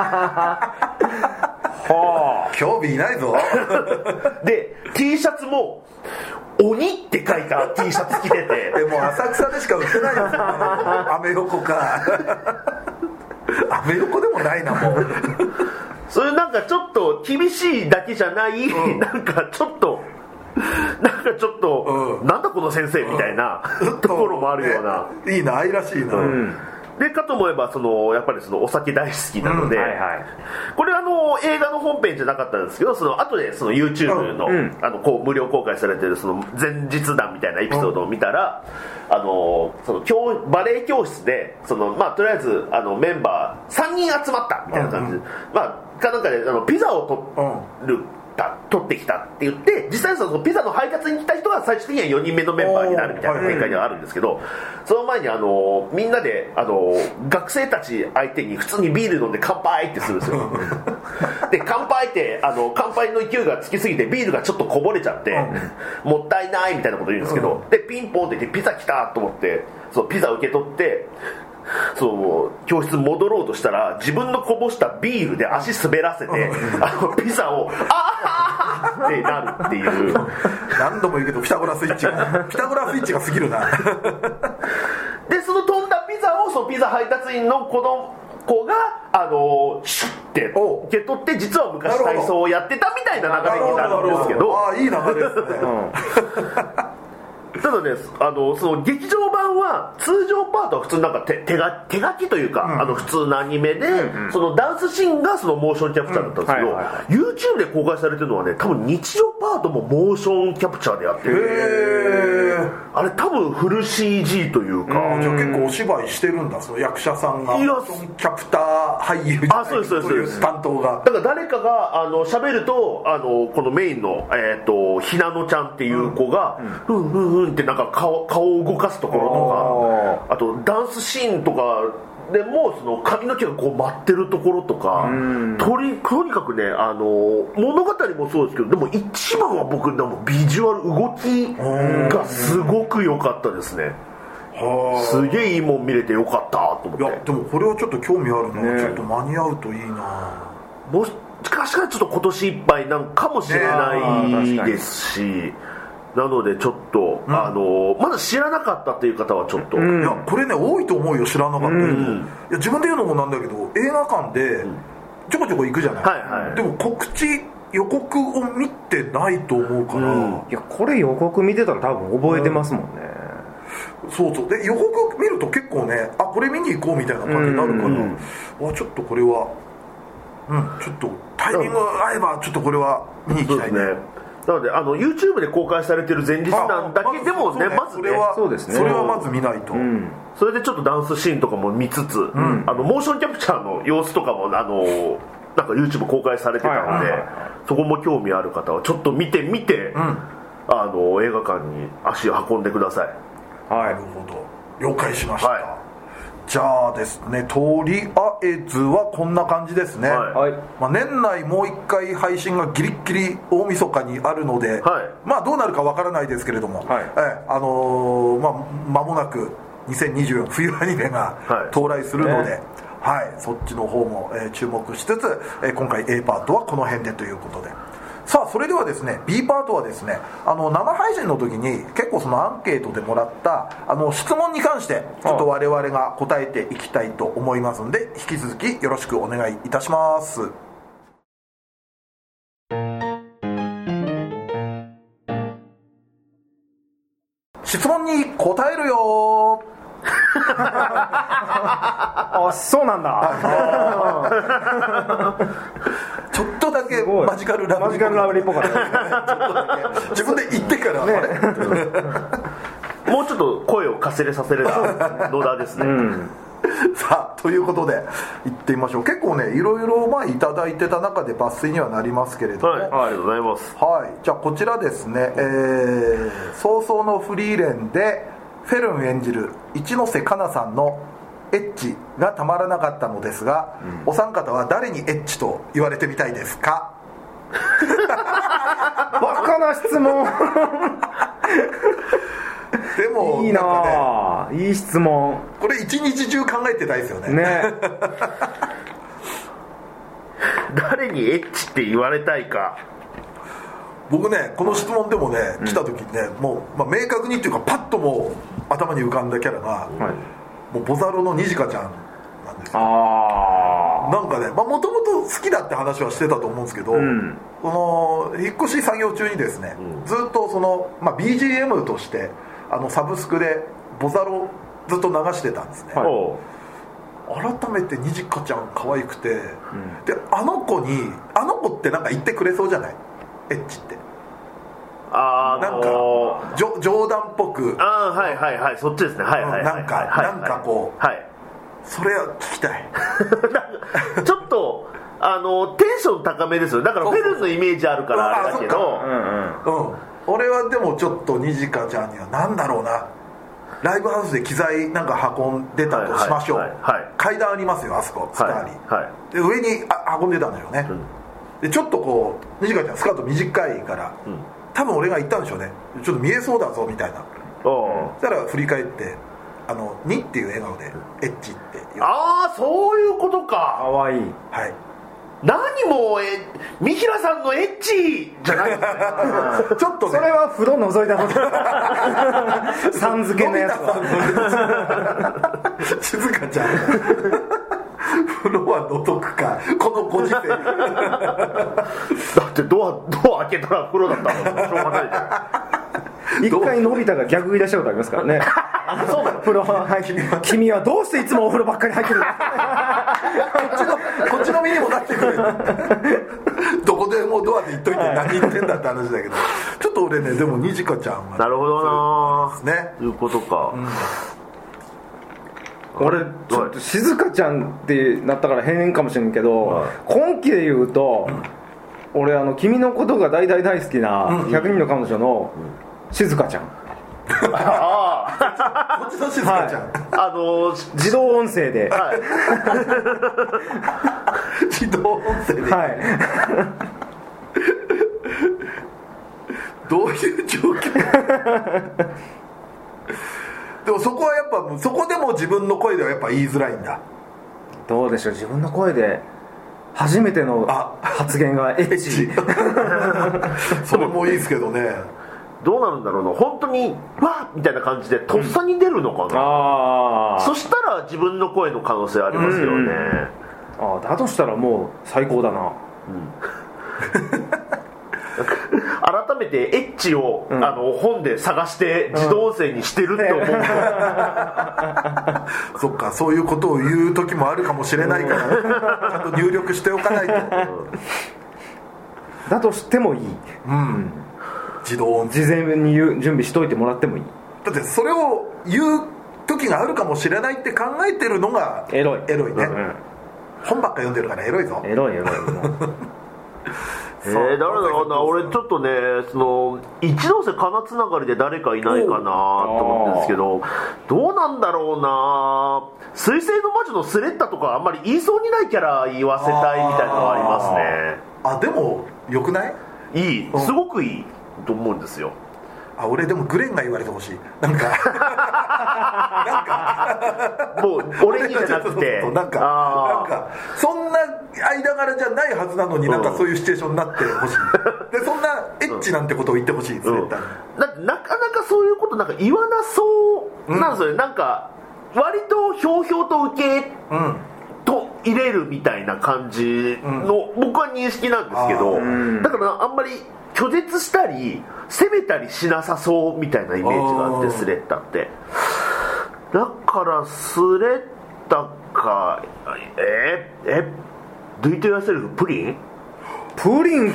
Speaker 1: はあ、興味いないぞ
Speaker 3: で T シャツも鬼って書いた T シャツ着てて
Speaker 1: でも浅草でしか売ってないですよアメ横かアメ横でもないなもう
Speaker 3: それなんかちょっと厳しいだけじゃない、うん、なんかちょっとなんかちょっと、うん、なんだこの先生みたいな、うん、ところもあるような、
Speaker 1: ね、いいな愛らしいな、うん
Speaker 3: でかと思えばそのやっぱりそのお酒大好きなので、うんはいはい、これはあの映画の本編じゃなかったんですけどその後でその YouTube の、うん、あのこう無料公開されてるその前日談みたいなエピソードを見たら、うん、あのその教バレエ教室でその、まあ、とりあえずあのメンバーさんにん集まったみたいな感じで、うんうん、まあかなんかであのピザを取る、うん取ってきたって言って実際そのピザの配達に来た人は最終的にはよにんめのメンバーになるみたいな展開ではあるんですけど、その前にあのみんなであの学生たち相手に普通にビール飲んで乾杯ってするんですよで乾杯ってあの乾杯の勢いがつきすぎてビールがちょっとこぼれちゃってもったいないみたいなこと言うんですけど、でピンポンって言ってピザ来たと思ってそのピザ受け取ってそう教室戻ろうとしたら自分のこぼしたビールで足滑らせてあのピザをあーってなるっていう
Speaker 1: 何度も言うけどピタゴラスイッチがピタゴラスイッチが過ぎるな
Speaker 3: でその飛んだピザをそのピザ配達員の子の子があのシュッて受け取って実は昔体操をやってたみたいな流れになるんですけど、
Speaker 1: ああいい流れですね、うん
Speaker 3: ただね、あのその劇場版は通常パートは普通なんか 手, 手, が手書きというか、うん、あの普通のアニメで、うんうん、そのダンスシーンがそのモーションキャプチャーだったんですけど、うんはいはいはい、YouTube で公開されてるのはね多分日常パートもモーションキャプチャーでやってるあれ多分フル シージー というか、
Speaker 1: うん、じゃあ結構お芝居してるんだその役者さんがモーションキャプター俳優じゃない
Speaker 3: あそうですそうですそうです
Speaker 1: 担当が
Speaker 3: だから誰かがあの喋るとあのこのメインの、えー、とひなのちゃんっていう子がふんふんふんってなんか顔顔を動かすところとか あ, あとダンスシーンとかでもその髪の毛がこう舞ってるところとかとに, とにかくねあの物語もそうですけどでも一番は僕でもビジュアル動きがすごく良かったですねすげえいいもん見れてよかったと思って
Speaker 1: いやでもこれはちょっと興味あるな、ね、ちょっと間に合うといいな
Speaker 3: もしかしたらちょっと今年いっぱいなんかもしれないですし、ねなのでちょっと、うん、あのまだ知らなかったっていう方はちょっと、
Speaker 1: うん、いやこれね多いと思うよ知らなかったけど、うん、いや自分で言うのもなんだけど映画館でちょこちょこ行くじゃない、はいはい、でも告知予告を見てないと思うから、うん、
Speaker 2: いやこれ予告見てたら多分覚えてますもんね、
Speaker 1: うん、そうそうで予告見ると結構ねあこれ見に行こうみたいな感じになるから、うんうん、あちょっとこれはうんちょっとタイミング合えばちょっとこれは見に行きたいね、
Speaker 3: なのであの YouTube で公開されてる前日談だけでもねまずね
Speaker 1: そうですねそれはまず見ないと、うん、
Speaker 3: それでちょっとダンスシーンとかも見つつ、うん、あのモーションキャプチャーの様子とかもあのなんか YouTube 公開されてたので、はいはいはい、そこも興味ある方はちょっと見てみて、うん、あの映画館に足を運んでください。
Speaker 1: はい、なるほど了解しました、はいじゃあですねとりあえずはこんな感じですね、はいまあ、年内もう一回配信がギリッギリ大晦日にあるので、はい、まあどうなるかわからないですけれども、はいえあのー、まあ間もなくにせんにじゅうよん冬アニメが到来するので、はいはい、そっちの方も、えー、注目しつつ、えー、今回 A パートはこの辺でということでさあそれではですね B パートはですねあの生配信の時に結構そのアンケートでもらったあの質問に関してちょっと我々が答えていきたいと思いますので引き続きよろしくお願いいたします。質問に答えるよ
Speaker 2: あそうなんだ
Speaker 1: ちょっとだけマジカルラブリ
Speaker 2: ーっぽかったですね
Speaker 1: ちょっとだけ自分で言ってから、ね、
Speaker 3: もうちょっと声をかすれさせる野田ですね、うん、
Speaker 1: さあということで行ってみましょう。結構ねいろいろまあいただいてた中で抜粋にはなりますけれども、
Speaker 3: はい、ありがとうございます。
Speaker 1: はい、じゃあこちらですね、えー、早々のフリーレンでフェルン演じる一ノ瀬香奈さんのエッチがたまらなかったのですが、うん、お三方は誰にエッチと言われてみたいですか？
Speaker 2: バカな質問
Speaker 1: でも
Speaker 2: いいな、ね、いい質問。
Speaker 1: これ一日中考えてたいですよね。
Speaker 2: ね
Speaker 3: 誰にエッチって言われたいか。
Speaker 1: 僕ねこの質問でもね、うん、来た時にねもう、まあ、明確にっていうかパッともう頭に浮かんだキャラが、はい、もうボザロのニジカちゃんなんですよ。あなんかねもともと好きだって話はしてたと思うんですけど、うん、その引っ越し作業中にですね、うん、ずっとその、まあ、ビージーエム としてあのサブスクでボザロずっと流してたんですね、はい、改めてニジカちゃん可愛くて、うん、であの子にあの子ってなんか言ってくれそうじゃない、エッチって。あーなんかじょ冗談っぽく、
Speaker 3: ああはいはいはいそっちですね、はいはい、はい、
Speaker 1: なんか、はいはい、なんかこう、はい、それは聞きたい
Speaker 3: ちょっとあのテンション高めですよ。だからフェルズのイメージあるからあれだけど、うん
Speaker 1: うんうん、俺はでもちょっとニジカちゃんにはなんだろうな、ライブハウスで機材なんか運んでたとしましょう、はいはいはい、階段ありますよあそこスターに、はいはい、で上にあ運んでたんだよね、うん、でちょっとこうニジカちゃんスカート短いから、うん、多分俺が言ったんでしょうね、ちょっと見えそうだぞみたいな。そしたら振り返ってあのにっていう笑顔でエッチって言う。
Speaker 3: ああそういうことか。
Speaker 2: かわいい。
Speaker 1: はい。
Speaker 3: 何もえ三平さんのエッチじゃない
Speaker 1: ちょっとね
Speaker 2: それは風呂覗いたことさん付けのやつは
Speaker 1: 静香ちゃん風呂は覗くかこのご時世だ
Speaker 3: ってドアドア開けたら風呂だったのしょうがないじゃん。
Speaker 2: 一回のび太が逆言い出したことありますからねそうだ風呂入って君はどうしていつもお風呂ばっかり入ってるのこ
Speaker 1: っちのこっちの身にもなってくれどこでもドアで言っといて何言ってんだって話だけどちょっと俺ねでもニジカちゃんは、ね、
Speaker 3: なるほどな
Speaker 1: そうですね、
Speaker 3: いうことか、
Speaker 2: うん、俺ちょっと静香ちゃんってなったから変かもしれんけど、はい、今期で言うと、うん、俺あの君のことが大大大好きなひゃくにんの彼女の静香ちゃん、
Speaker 1: ああこっちの静香ちゃん、はい、
Speaker 2: あのー、自動音声で、はい、
Speaker 1: 自動音声で、
Speaker 2: はい
Speaker 1: どういう状況でもそこはやっぱそこでも自分の声ではやっぱ言いづらいんだ。
Speaker 2: どうでしょう、自分の声で初めての発言がエッチ
Speaker 1: それもいいですけどね。
Speaker 3: どうなるんだろうな、本当にわっみたいな感じでとっさに出るのかな、うん、あそしたら自分の声の可能性ありますよね、うん、
Speaker 2: あだとしたらもう最高だな、うん
Speaker 3: 改めてエッチを、うん、あの本で探して自動音声にしてるって思う、うん、
Speaker 1: そっかそういうことを言う時もあるかもしれないから、うん、ちゃんと入力しておかないと、うん、
Speaker 2: だとしてもいい、
Speaker 1: うん自動音
Speaker 2: 声事前に準備しといてもらってもいい。
Speaker 1: だってそれを言う時があるかもしれないって考えてるのが
Speaker 2: エロい
Speaker 1: エロいね、
Speaker 2: うんうん、
Speaker 1: 本ばっか読んでるからエロいぞ。
Speaker 2: エロいエロい
Speaker 3: えー、誰だろうな、俺ちょっとねその一ノ瀬かなつながりで誰かいないかなと思うんですけど、どうなんだろうな、水星の魔女のスレッタとかあんまり言いそうにないキャラ言わせたいみたいなのがありますね。
Speaker 1: あでもよくない？
Speaker 3: いい、すごくいいと思うんですよ。
Speaker 1: あ俺でもグレンが言われてほしい。なんかなんか
Speaker 3: もう俺にじゃなくて
Speaker 1: なんかなんかそんな間柄じゃないはずなのに、なんかそういうシチュエーションになってほしいでそんなエッチなんてことを言ってほしい、うん、絶対に
Speaker 3: だってなかなかそういうことなんか言わなそうなんですよね、うん、なんか割とひょうひょうと受け、うんと入れるみたいな感じの、うん、僕は認識なんですけど、うん、だからあんまり拒絶したり攻めたりしなさそうみたいなイメージがあって、スレッタってだからスレッタかえー、えドゥイトゥヤセルフプリン
Speaker 2: プリンか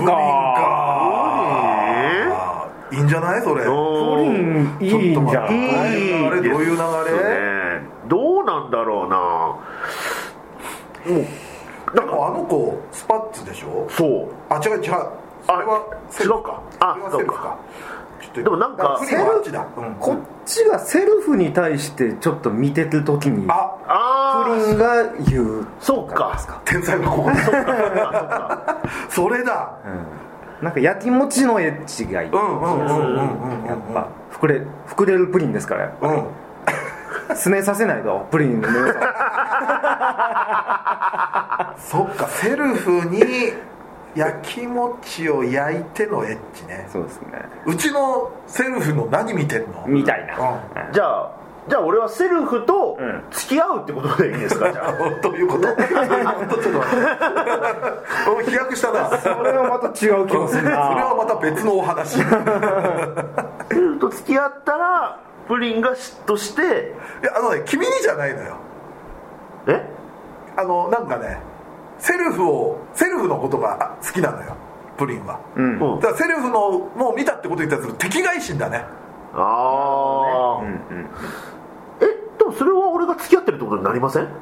Speaker 1: プリンいいんじゃないそれ。プ
Speaker 2: リンいいんじゃない。
Speaker 3: いい
Speaker 1: あれどういう流れ、
Speaker 3: どうなんだろうな。
Speaker 1: もうなんかあの子スパッツでしょ。
Speaker 3: そう
Speaker 1: あ違う違うそれはセルフか。
Speaker 3: あそれはセルフか。でもなんか
Speaker 2: セルフだ、うん、こっちがセルフに対してちょっと見てる時に
Speaker 3: ああ
Speaker 2: リンが言う。
Speaker 3: そうか
Speaker 1: 天才がここにそうかそれだ、
Speaker 2: うん、なんか焼きもちのエッジがいい。やっぱ膨れ膨れるプリンですからやっぱ、うんすねさせないとプリンの良さ
Speaker 1: そっか、セルフに焼き餅を焼いてのエッジね。
Speaker 2: そうですね。
Speaker 1: うちのセルフの何見てんの
Speaker 2: みたいな、
Speaker 3: うん、じゃあじゃあ俺はセルフと付き合うってことでいいですか、じゃあ
Speaker 1: どういうこと？本当ちょっと待って飛躍したな。
Speaker 2: それはまた違う気もするな。
Speaker 1: それはまた別のお話。
Speaker 3: セルフと付き合ったらプリンが嫉妬して、い
Speaker 1: やあのね、君にじゃないのよ。
Speaker 3: え
Speaker 1: あのなんかね、セルフをセルフのことが好きなのよプリンは、うん、だからセルフのもう見たってことに対する敵外心だね。
Speaker 3: ああ、うんうん、えでもそれは俺が付き合ってるってことになりません？うん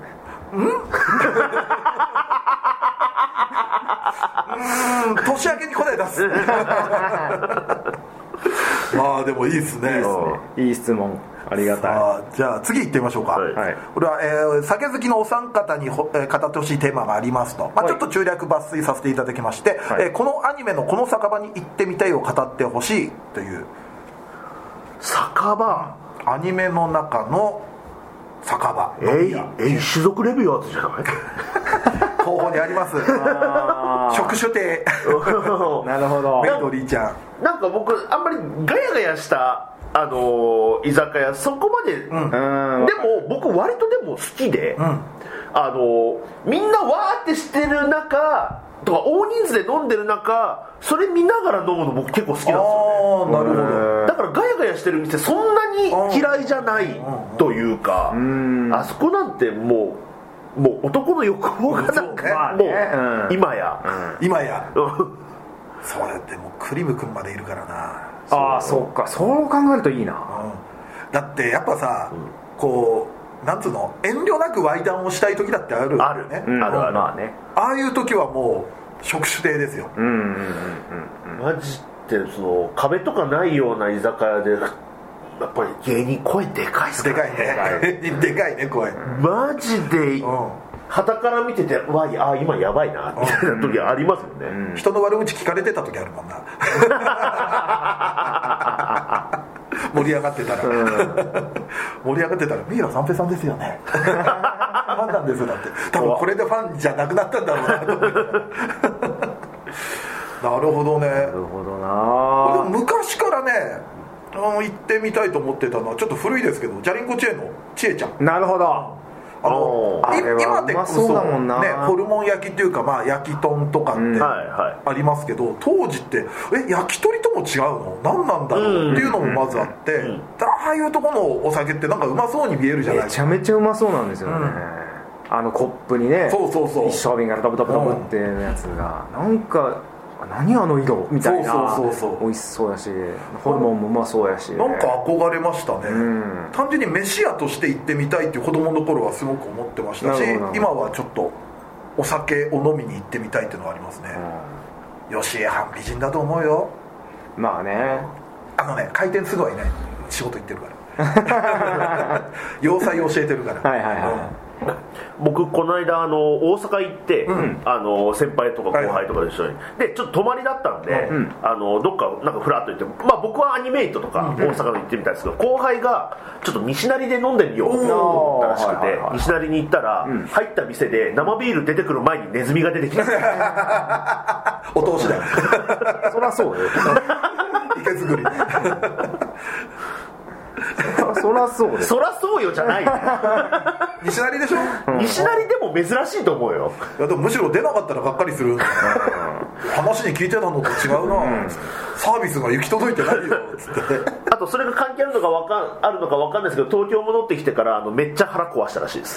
Speaker 1: うん年明けに答え出す。まあでもいいですね。いいです
Speaker 2: ね。いい質問。ありがたい。
Speaker 1: あ、じゃあ次行ってみましょうか。はい、これは、えー、酒好きのお三方にほ、えー、語ってほしいテーマがありますと、まあ、ちょっと中略抜粋させていただきまして、はい、えー、このアニメのこの酒場に行ってみたいを語ってほしいという。
Speaker 3: 酒場、
Speaker 1: アニメの中の酒場。
Speaker 3: えい、えい種族レビューあるじゃない
Speaker 1: 候補にあります。職種亭。
Speaker 2: なるほど。
Speaker 1: メイドリーちゃ
Speaker 3: ん。なんか僕あんまりガヤガヤしたあのー、居酒屋そこまで、うん、でも僕割とでも好きで、うん、あのー、みんなわーってしてる中とか大人数で飲んでる中それ見ながら飲むの僕結構好きなんですよね。
Speaker 1: あ、なるほど。
Speaker 3: だからガヤガヤしてる店そんなに嫌いじゃないというか、うん、あそこなんてもうもう男の欲望がなんか、ね、もう、うん、今や、
Speaker 1: うん、今やそうやってもうクリム君までいるからな。
Speaker 2: ああ、そうか、そう考えるといいな、
Speaker 1: うん、だってやっぱさ、うん、こうなんつうの、遠慮なくワイダンをしたい時だってある、
Speaker 3: あるね、
Speaker 2: うん、あるある、まあね、
Speaker 1: ああいう時はもう職種亭ですよ。うんうんうん
Speaker 3: うん、マジでその壁とかないような居酒屋でやっぱり芸人声でかいっすからね。
Speaker 1: でかいねでかいね声、
Speaker 3: マジで、うん、傍から見ててわあ今やばいなみたいな時ありますよね、
Speaker 1: うん、人の悪口聞かれてた時あるもんな。盛り上がってたら、うん、盛り上がってたらミイラ三平さんですよね。ファンなんですだって、多分これでファンじゃなくなったんだろうなと思って。なるほどね。な
Speaker 2: るほどな。
Speaker 1: でも昔からね、行ってみたいと思ってたのはちょっと古いですけど、ジャリンコチェーンのちえちゃん。
Speaker 2: なるほど。
Speaker 1: あの今でこそ、ね、ホルモン焼きっていうか、まあ、焼き豚とかってありますけど、うん、はいはい、当時ってえ焼き鳥とも違うの何なんだろうっていうのもまずあって、うん、ああいうところのお酒ってなんかうまそうに見えるじゃないですか。
Speaker 2: めちゃめちゃうまそうなんですよね、うん、あのコップにね、
Speaker 1: そうそうそう、
Speaker 2: 一升瓶からダブダブダブっていうやつが、うん、なんか何あの色みたいな、そうそうそうそう、美味しそうやしホルモンもうまそうやし、
Speaker 1: なんか憧れましたね、うん、単純に飯屋として行ってみたいっていう子供の頃はすごく思ってましたし、今はちょっとお酒を飲みに行ってみたいっていうのはありますね、うん、吉江藩美人だと思うよ。
Speaker 2: まあね、
Speaker 1: あのね、回転するはいない、仕事行ってるから要塞教えてるから。はいはいはい、
Speaker 3: うん、僕この間あの大阪行って、うん、あの先輩とか後輩とかで一緒に、はい、でちょっと泊まりだったんで、うん、あのどっかなんかフラッと行って、まあ、僕はアニメイトとか大阪に行ってみたんですけど、後輩がちょっと西成で飲んでみようと思ったらしくて、西成に行ったら、うん、入った店で生ビール出てくる前にネズミが出てきた。
Speaker 1: お通しだよ。
Speaker 2: そりゃそうよ。
Speaker 1: 池作り。
Speaker 2: そらそうです。
Speaker 3: そらそうよじゃない。
Speaker 1: 西成でしょ、
Speaker 3: うん、西成でも珍しいと思うよ。
Speaker 1: いやでもむしろ出なかったらがっかりする。話に聞いてたのと違うな、うん、サービスが行き届いてないよつって。
Speaker 3: あとそれが関係あるのかわかんあるのか分かんないですけど、東京戻ってきてからあのめっちゃ腹壊したらしいです。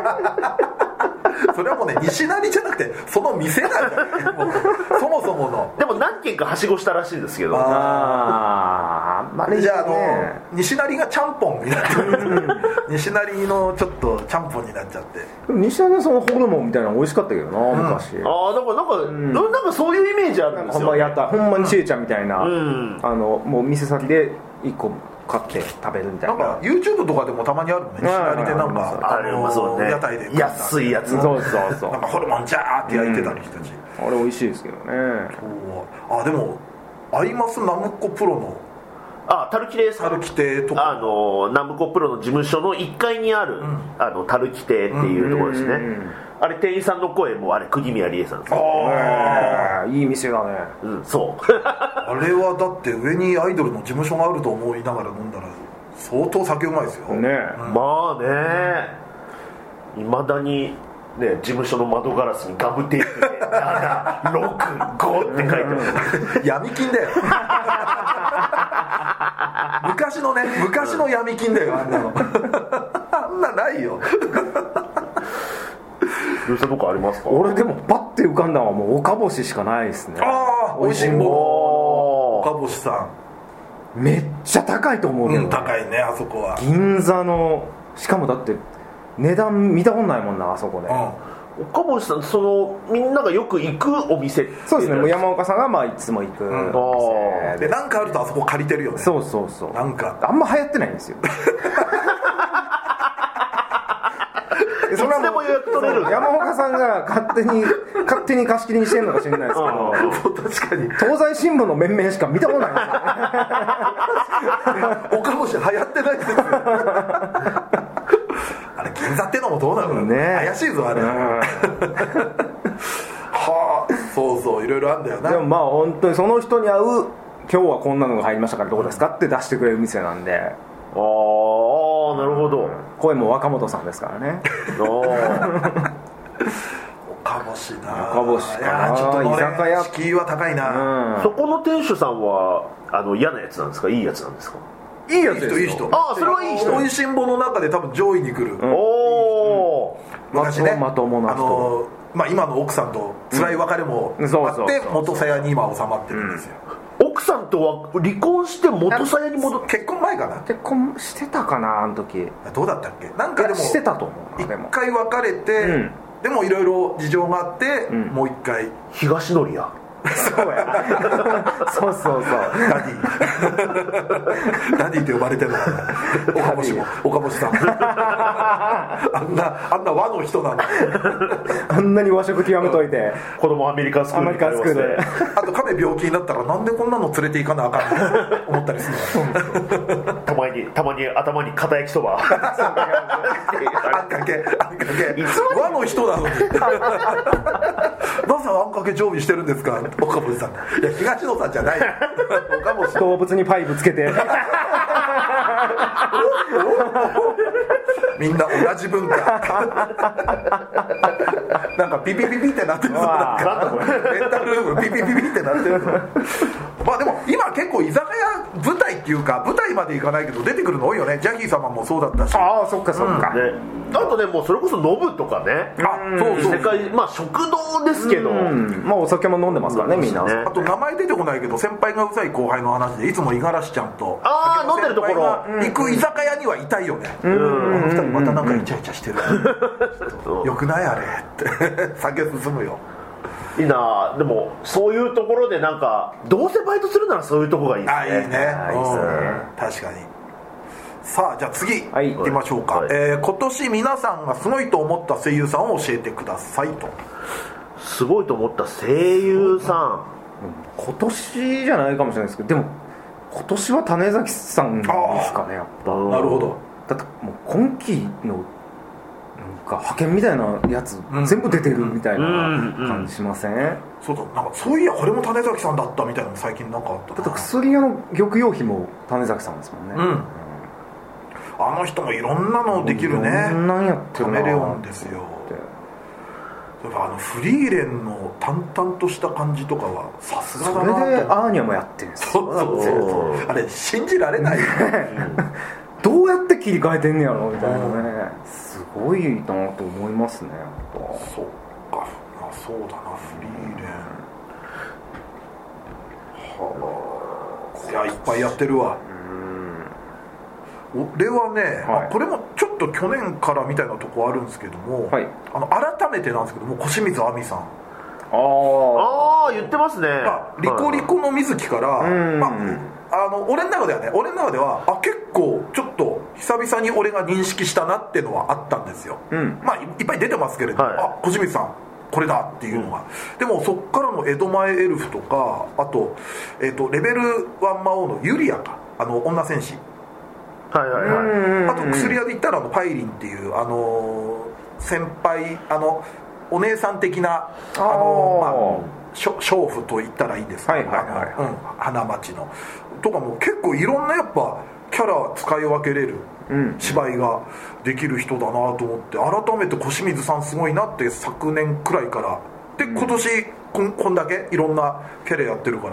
Speaker 1: それはもうね、西成じゃなくてその店なんだよね。そもそもの。
Speaker 3: でも何軒かはしごしたらしいですけど。
Speaker 2: ああ、まあね、
Speaker 1: じゃあ、あの西成がちゃんぽんになってる。西成のちょっとちゃんぽんになっちゃって。
Speaker 2: 西成のそのホルモンみたいなの美味しかったけどな、うん、昔。
Speaker 3: ああ、だからなんか、うん、なんかそういうイメージあるんですよ、ね。
Speaker 2: ほんまやった、ほんまにちえちゃんみたいな、うん、あのもう店先でいっこ買って食べるみたいな。
Speaker 1: なんか YouTube とかでもたまにあるのね、西成でなんか
Speaker 3: あれうまそうね、
Speaker 1: 屋台で
Speaker 3: 安いやつ、
Speaker 2: そうそうそう、
Speaker 1: なんかホルモンジャーって焼いてたりしたし、
Speaker 2: うん、あれ美味しいですけどね。
Speaker 1: あ、でもアイマスナムコプロの
Speaker 3: あ、タルキ亭さん、
Speaker 1: タルキ亭とか、
Speaker 3: あのナムコプロの事務所のいっかいにある、うん、あのタルキ亭っていうところですね、うんうんうん、あれ店員さんの声もあれ釘宮理恵さんですよ。
Speaker 2: あ、いい店だね、
Speaker 3: うん、そう
Speaker 1: あれはだって上にアイドルの事務所があると思いながら飲んだら相当酒うまいですよ
Speaker 2: ね、
Speaker 3: うん、まあね、いまだにね、事務所の窓ガラスにガムテープでななろくごって書いてある
Speaker 1: 闇金だよ昔のね、昔の闇金だよ、あんなのあんなないよ
Speaker 3: ルーさんどこありますか？
Speaker 2: 俺でもパッて浮かんだのはもう岡星しかないですね。
Speaker 1: ああ、おいしんぼ岡星さ
Speaker 2: んめっちゃ高いと思うけど、ね、
Speaker 1: うん、高いね、あそこは
Speaker 2: 銀座の、しかもだって値段見たことないもんな、あそこで、うん、
Speaker 3: 岡星さん、そのみんながよく行くお店って？
Speaker 2: そうですね、山岡さんがまあいつも行く、うん、
Speaker 1: でなんかあるとあそこ借りてるよね。
Speaker 2: そうそうそう、
Speaker 1: なんか
Speaker 2: あんま流行ってないんですよそれはもう予約取れる、山岡さんが勝手に勝手に貸し切りにしてるのか知らないですけど
Speaker 1: 確かに
Speaker 2: 東西新聞の面々しか見たことないんですよ
Speaker 1: 岡星流行ってないですよあれ銀座ってのもどうなるの、ね、怪しいぞあれ、うん、はあ、そうそう、いろいろあるんだよな。
Speaker 2: でもまあ本当にその人に合う、今日はこんなのが入りましたからどうですかって出してくれる店なんで、あ
Speaker 3: あ、なるほど、
Speaker 2: 声も若本さんですからね
Speaker 1: 岡星な、
Speaker 2: 岡星かな、
Speaker 1: ちょっと、ね、
Speaker 2: 居酒屋
Speaker 1: 敷居は高いな、
Speaker 3: うん、そこの店主さんはあの嫌なやつなんですか、いいやつなんですか？
Speaker 1: いいやつですよ、いい人。
Speaker 3: ああ、それはいい人。
Speaker 1: おいしんぼの中で多分上位に来る、うん、
Speaker 3: おお、
Speaker 1: 昔ね、
Speaker 2: まともな人、
Speaker 1: あの、まあ、今の奥さんと辛い別れもあって元さやに今収まってるんですよ、
Speaker 3: うん、奥さんとは離婚して元さやに戻って、
Speaker 1: 結婚前かな、
Speaker 2: 結婚してたかな、あの時
Speaker 1: どうだったっけ、なんかでも
Speaker 2: してたと思う、
Speaker 1: 一回別れて、うん、でもいろいろ事情があって、うん、もう一回
Speaker 3: 東野や
Speaker 2: そうやそうそうそう
Speaker 1: ダディダディって呼ばれてるのかな、岡星も岡星さんあんなあんな和の人なの
Speaker 2: あんなに和食極めといて
Speaker 3: 子供アメリカンスクールに通わせて、
Speaker 1: あと亀病気になったらなんでこんなの連れて行かなあかんの思ったりするの
Speaker 3: たまにたまに頭に片焼きそばあ
Speaker 1: んかけあんかけ和の人なのになぜあんかけ常備してるんですか岡本さん。いや、東野さんじゃない岡本さん、
Speaker 2: 動物にパイプつけて
Speaker 1: みんな同じ文化なんかピピピピってなってるぞ、なんかレンタルルームピピピピってなってるぞまあでも今結構居酒屋舞台っていうか、舞台まで行かないけど出てくるの多いよね。ジャギー様もそうだったし、
Speaker 2: ああ、そっかそっか、
Speaker 3: うんね、あとね、もうそれこそノブとかね、あ、そうそう、世界、まあ食堂ですけど、
Speaker 2: まあお酒も飲んでますからね、みんな、ね、
Speaker 1: あと名前出てこないけど先輩がうざい後輩の話で、いつも五十嵐ちゃんと
Speaker 3: ああ飲んでるところ
Speaker 1: 行く居酒屋にはいたいよね。うん、あの二人またなんかイチャイチャしてるよくないあれって酒進むよ。
Speaker 3: いいな。でもそういうところでなんかどうせバイトするならそういうとこがいいですね。
Speaker 1: あ、いいね、いいですね、確かに。さあ、じゃあ次、はい、行ってみましょうか、はい、えー、今年皆さんがすごいと思った声優さんを教えてくださいと。
Speaker 3: すごいと思った声優さん、
Speaker 2: 今年じゃないかもしれないですけど、でも今年は種崎さんですかね、やっぱ。
Speaker 1: なるほど。
Speaker 2: だってもう今期のなんか派遣みたいなやつ、うん、全部出てるみたいな感じしません？うんうんうん、
Speaker 1: そうだ、なんかそういやこれも種崎さんだったみたいなの最近なんかあったな。
Speaker 2: だって薬屋の玉葉妃も種崎さんですもんね、
Speaker 1: うんうん、あの人もいろんなのできるね。
Speaker 2: いろんなんやってるな。
Speaker 1: カメレオンですよ。だからあのフリーレンの淡々とした感じとかはさすがだなと。
Speaker 2: それでアーニャもやってるんですよ。
Speaker 1: そうそうそうそう、あれ信じられないよ
Speaker 2: どうやって切り替えてんねやろみたいなね、すごいなと思いますね、やっぱ。
Speaker 1: そっか、あ、そうだな、フリーレン、はあ、いや、いっぱいやってるわ。俺はね、はい、あ、これもちょっと去年からみたいなとこあるんですけども、はい、あの改めてなんですけども、小清水亜美さん、
Speaker 3: ああ言ってますね、
Speaker 1: まあ、リコリコの水木から、
Speaker 2: はい、
Speaker 1: まあ、 あの俺の中ではね俺の中ではあ結構ちょっと久々に俺が認識したなっていうのはあったんですよ、うん、まあいっぱい出てますけれど、はい、あ小清水さんこれだっていうのが、うん、でもそっからの江戸前エルフとかあと、えー、とレベルワン魔王のユリアかあの女戦士
Speaker 3: はいはいはい
Speaker 1: あと薬屋で言ったらあのパイリンっていうあの先輩あのお姉さん的なあのまあ娼婦と言ったらいいんですか、はいはいはい、うん、花街のとかも結構いろんなやっぱキャラ使い分けれる芝居ができる人だなと思って改めて小清水さんすごいなって昨年くらいからで今年こ ん, こんだけいろんなキャラやってるから、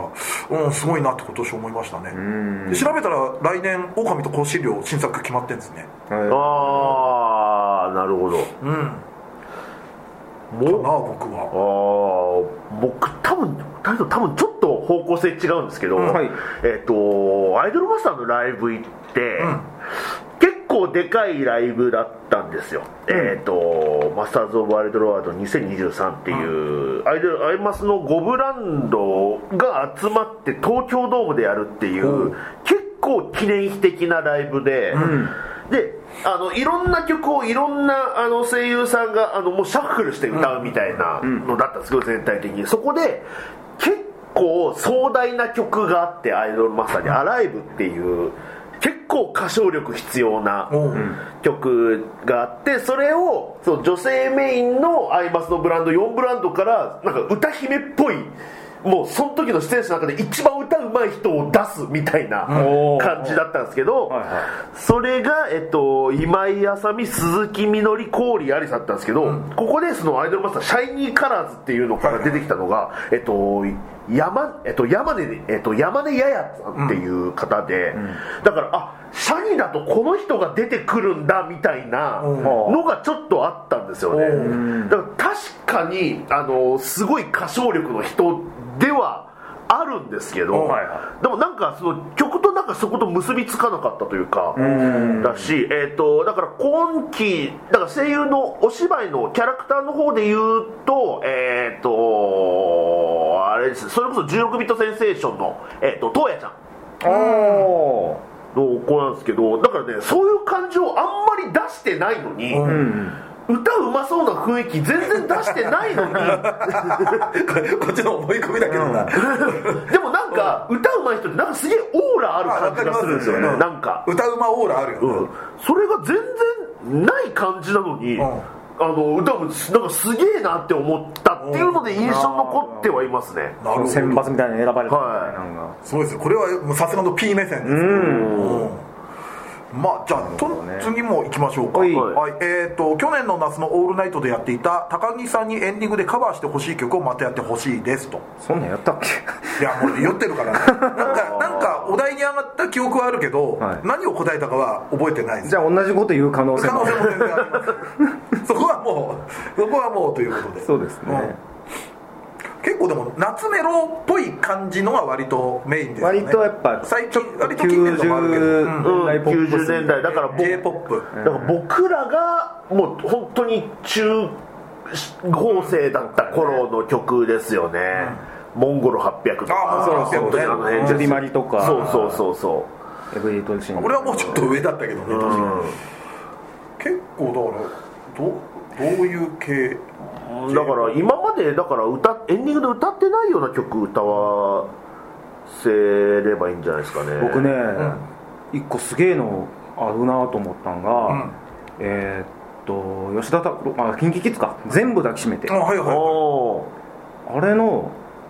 Speaker 1: うん、すごいなって今年思いましたね。で調べたら来年狼と香辛料新作決まってるんですね、
Speaker 3: はい、ああなるほどうん
Speaker 1: かな僕は
Speaker 3: あ僕多分多分ちょっと方向性違うんですけど、うんはいえー、とアイドルマスターのライブ行って、うん、結構でかいライブだったんですよ、うん、えー、とマスターズ・オブ・ワイルド・ロワードにせんにじゅうさんっていう、うん、アイドルアイマスのごブランドが集まって東京ドームでやるっていう、うん、結構記念碑的なライブで、うんであのいろんな曲をいろんなあの声優さんがあのもうシャッフルして歌うみたいなのだったんですけど、全体的にそこで結構壮大な曲があってアイドルマスターにアライブっていう結構歌唱力必要な曲があってそれをその女性メインのアイマスのブランドよんブランドからなんか歌姫っぽいもうその時の出演者の中で一番歌うまい人を出すみたいな感じだったんですけど、はいはい、それが、えっと、今井あさみ、鈴木みのり、郡ありさんだったんですけど、うん、ここでそのアイドルマスターシャイニーカラーズっていうのから出てきたのが、はいはい、えっと山, えっと、山根、えっと、山根ややさんっていう方で、うん、だからあシャニだとこの人が出てくるんだみたいなのがちょっとあったんですよね、うん、だから確かにあのすごい歌唱力の人ではあるんですけど、はいはい、でもなんかその曲となんかそこと結びつかなかったというかだし、えー、とだから今期だから声優のお芝居のキャラクターの方で言うとえっ、ー、とあれですそれこそじゅうろくビットセンセーションのえっ、ー、とトウヤちゃんの子なんですけどだからねそういう感じをあんまり出してないのに、うん歌うまそうな雰囲気全然出してないのに
Speaker 1: こっちの思い込みだけどな、
Speaker 3: うん、でもなんか歌うまい人ってなんかすげえオーラある感じがするんですよね、なんか
Speaker 1: 歌うまオーラあるよね、うん、
Speaker 3: それが全然ない感じなのに、うん、あの歌うなんかすげえなって思ったっていうので印象残ってはいますね。
Speaker 2: なるほど選抜みたいな選ばれた、は
Speaker 1: い、なんかそうですよこれはさすがの P 目線ですよ、うんうんまあ、じゃあ、ね、次も行きましょうか、はいはいえー、と去年の夏のオールナイトでやっていた高木さんにエンディングでカバーしてほしい曲をまたやってほしいですと。
Speaker 2: そんなんやったっけ
Speaker 1: いやもう酔ってるからねなんかなんかお題に上がった記憶はあるけど、はい、何を答えたかは覚えてないです。
Speaker 2: じゃあ同じこと言う可能性も
Speaker 1: 可能性も全然ありますそこはもうそこはもうということで
Speaker 2: そうですね、うん
Speaker 1: 結構でも夏メロっぽい感じのが割とメインですよね。
Speaker 2: 割とやっぱ
Speaker 1: 最近割と近年のもあるけど、
Speaker 3: うんうん、きゅうじゅうねんだいだから
Speaker 1: J-ポップ
Speaker 3: だから僕らがもう本当に中高生だった頃の曲ですよね、うん、モンゴルはっぴゃくとか
Speaker 1: ああそうですね
Speaker 2: あの辺ジュディマリとか
Speaker 3: そうそうそうそう
Speaker 2: エブリィトルシン
Speaker 1: 俺はもうちょっと上だったけどね、うん、結構だからどどういう系
Speaker 3: だから今までだから歌エンディングで歌ってないような曲歌わせればいいんじゃないですかね。
Speaker 2: 僕ね、一、うん、個すげえのあるなと思ったのが、うん、えー、っと吉田拓郎あキンキキッズか全部抱きしめて、
Speaker 1: あ、はいはいはい、
Speaker 2: あれの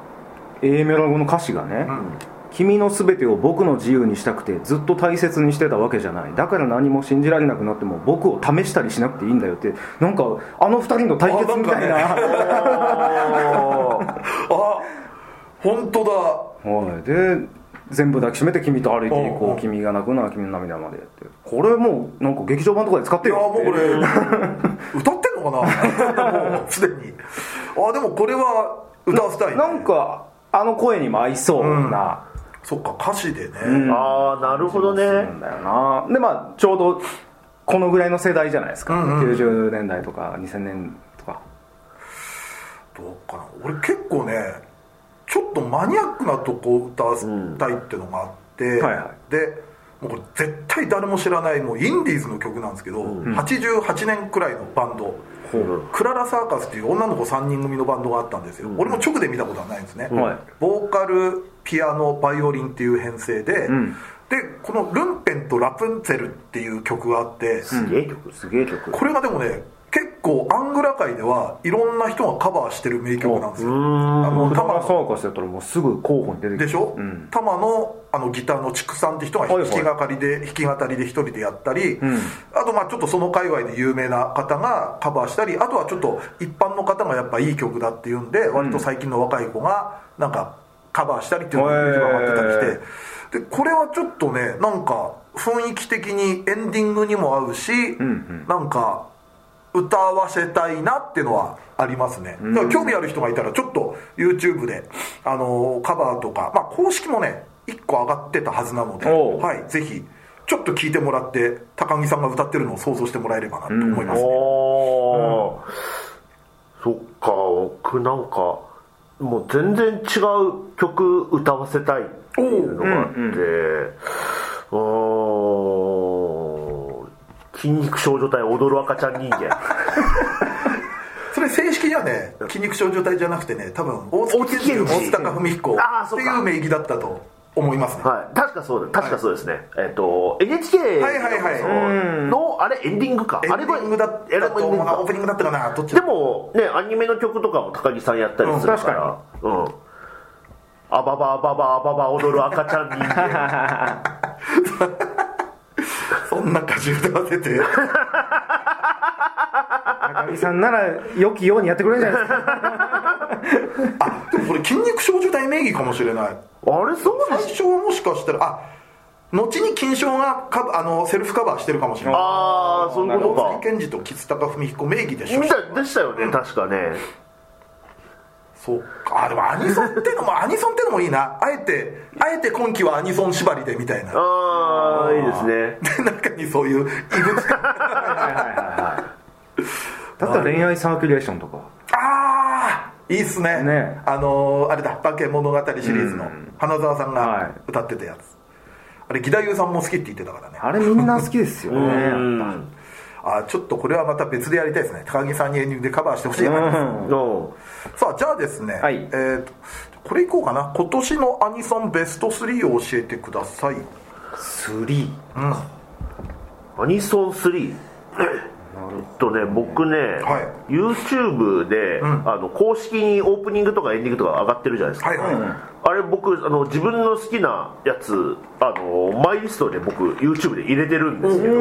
Speaker 2: A メロの歌詞がね、うん君のすべてを僕の自由にしたくてずっと大切にしてたわけじゃないだから何も信じられなくなっても僕を試したりしなくていいんだよってなんかあの二人の対決みたいなあ
Speaker 1: あ本当だ、
Speaker 2: はい、で全部抱きしめて君と歩いていこう君が泣くのは君の涙までってこれもうなんか劇場版とかで使ってよってい
Speaker 1: やもうこれ歌ってんのかなもうすでにあでもこれは歌わせたい、ね、
Speaker 2: なんかあの声にも合いそうな、うん
Speaker 1: そっか歌詞でね、
Speaker 3: うん、ああなるほどねだよ
Speaker 2: なでまあちょうどこのぐらいの世代じゃないですか、うんうん、きゅうじゅうねんだいとかにせんねんとか
Speaker 1: どうかな俺結構ねちょっとマニアックなとこ歌わせたいっていうのがあって、はいはい、でもうこれ絶対誰も知らないもうインディーズの曲なんですけど、うん、はちじゅうはちねんくらいのバンド、うん、クララサーカスっていう女の子さんにん組のバンドがあったんですよ、うん、俺も直で見たことはないんですね、うん、ボーカルピアノバイオリンっていう編成で、うん、でこのルンペンとラプンツェルっていう曲があって、
Speaker 3: すげえ曲すげえ曲、
Speaker 1: これがでもね結構アングラ界ではいろんな人がカバーしてる名曲なんですよ。
Speaker 2: あのタマサーカスやったらもうすぐ候補に出てくる
Speaker 1: でしょ、うん、タマのあのギターの畜産って人が弾きがかりで、はいはい、弾き語りで一人でやったり、うん、あとまあちょっとその界隈で有名な方がカバーしたり、あとはちょっと一般の方がやっぱいい曲だっていうんで、割と最近の若い子がなんかカバーしたりっていうのが広まってたりして、でこれはちょっとねなんか雰囲気的にエンディングにも合うし、うんうん、なんか歌わせたいなっていうのはありますね。だから興味ある人がいたらちょっと YouTube で、あのー、カバーとか、まあ、公式もねいっこ上がってたはずなので、はい、ぜひちょっと聞いてもらって高木さんが歌ってるのを想像してもらえればなと思いますね。うん、
Speaker 3: そっか、僕なんかもう全然違う曲歌わせたいっていうのがあって、うんうん、筋肉少女隊踊る赤ちゃん人間
Speaker 1: それ正式にはね筋肉少女隊じゃなくてね、多分大月健二大塚文彦っていう名義だったと思いますね。
Speaker 3: はい、確かそう確かそうですね、はい、えっ、ー、と エヌエイチケー のあれエンディングか、
Speaker 1: エンディングだったと思うな、オープニングだったかな、どっち
Speaker 3: でもねアニメの曲とかも高木さんやったりするから、うん、うん、あばばあばばあばば踊る赤ちゃん人間
Speaker 1: そんな歌詞歌わせて
Speaker 2: 高木さんなら良きようにやってくれるんじゃないですか
Speaker 1: あ、でもこれ筋肉少女隊名義かもしれない。あれ
Speaker 3: そう
Speaker 1: です、最初はもしかしたらあ後に金賞があのセルフカバーしてるかもしれない。
Speaker 3: ああ、そういうことか。
Speaker 1: 大月健二と吉高文彦名義でしょ。
Speaker 3: でしたよね、うん、確かね。
Speaker 1: そうか、でもアニソンってのもアニソンってのもいいな。あえてあえて今期はアニソン縛りでみたいな。
Speaker 3: ああ、いいですね。
Speaker 1: で中にそういう異物感はいはいはい
Speaker 2: はいだったら恋愛サーキュレーションとか。
Speaker 1: ああいいっすね。ね、あのー、あれだ、化け物語シリーズの花澤さんが歌ってたやつ、はい、あれ義太夫さんも好きって言ってたからね。
Speaker 2: あれみんな好きですよね
Speaker 1: あ、ちょっとこれはまた別でやりたいですね。高木さんにエンディングでカバーしてほしいな、うん、さあじゃあですね、はい、えーとこれいこうかな。今年のアニソンベストスリーを教えてください。
Speaker 3: スリー、うん、アニソンスリーえっとね、僕ね、はい、YouTube で、うん、あの公式にオープニングとかエンディングとか上がってるじゃないですか、はいはいはい、あれ僕あの自分の好きなやつあのマイリストで僕 YouTube で入れてるんですけど、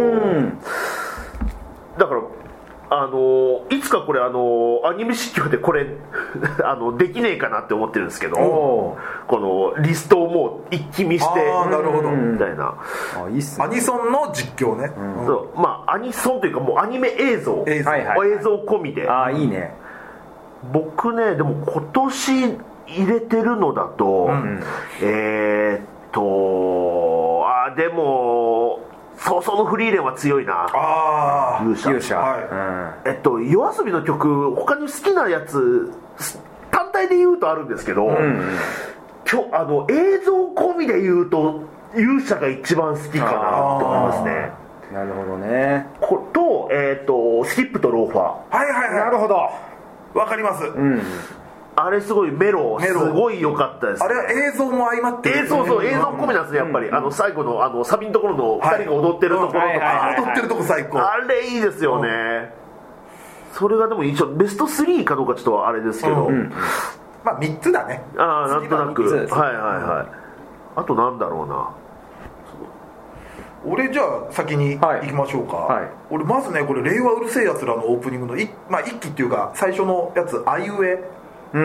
Speaker 3: だからあのいつかこれあのアニメ実況でこれあのできねえかなって思ってるんですけど、このリストをもう一気見して、
Speaker 1: あ、なるほど
Speaker 3: みたいな。
Speaker 1: あ、いいっすね。アニソンの実況ね、
Speaker 3: うん、そう、まあアニソンというかもうアニメ映像映像、はいはいはい、映像込みで。
Speaker 2: あ、いいね。
Speaker 3: 僕ねでも今年入れてるのだと、うん、えー、っとあでも早々のフリーレンは強いな。
Speaker 1: あ
Speaker 3: 勇者、
Speaker 2: 勇者、はい、
Speaker 3: うん、えっと夜遊びの曲他に好きなやつ単体で言うとあるんですけど、うん、今日あの映像込みで言うと勇者が一番好きかなと思いますね。
Speaker 2: なるほどね。
Speaker 3: こと、えー、っとスキップとローファー。
Speaker 1: はいはいはい、
Speaker 2: なるほど、
Speaker 1: わかります、うん、
Speaker 3: あれすごいメロすごい良かったです、ね、
Speaker 1: あれは映像も相まってる、
Speaker 3: 映像、そう映像込みなんですねやっぱり、うん、あの最後のあのサビのところのふたりが踊ってるところとか、はいはいはいはい、
Speaker 1: 踊ってるとこ最高。
Speaker 3: あれいいですよね、うん、それがでも一応ベストスリーかどうかちょっとあれですけど、うん、
Speaker 1: まあみっつだね。
Speaker 3: ああなんとなく、はいはいはい、あとなんだろうな。
Speaker 1: 俺じゃあ先に行きましょうか、はいはい、俺まずねこれ令和うるせえやつらのオープニングのい、まあ、一期っていうか最初のやつあいうえ、うん、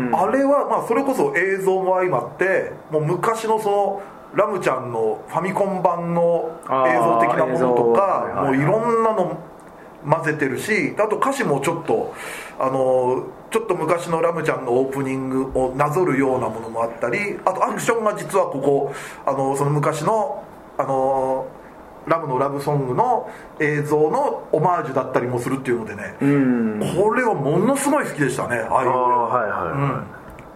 Speaker 1: あれはまあそれこそ映像も相まってもう昔のそのラムちゃんのファミコン版の映像的なものとか、はいはいはい、もういろんなの混ぜてるし、あと歌詞もちょっとあのちょっと昔のラムちゃんのオープニングをなぞるようなものもあったり、あとアクションが実はここあのその昔のあのラムのラブソングの映像のオマージュだったりもするっていうのでね、うん、これはものすごい好きでしたね。ああいう、はいはいはい、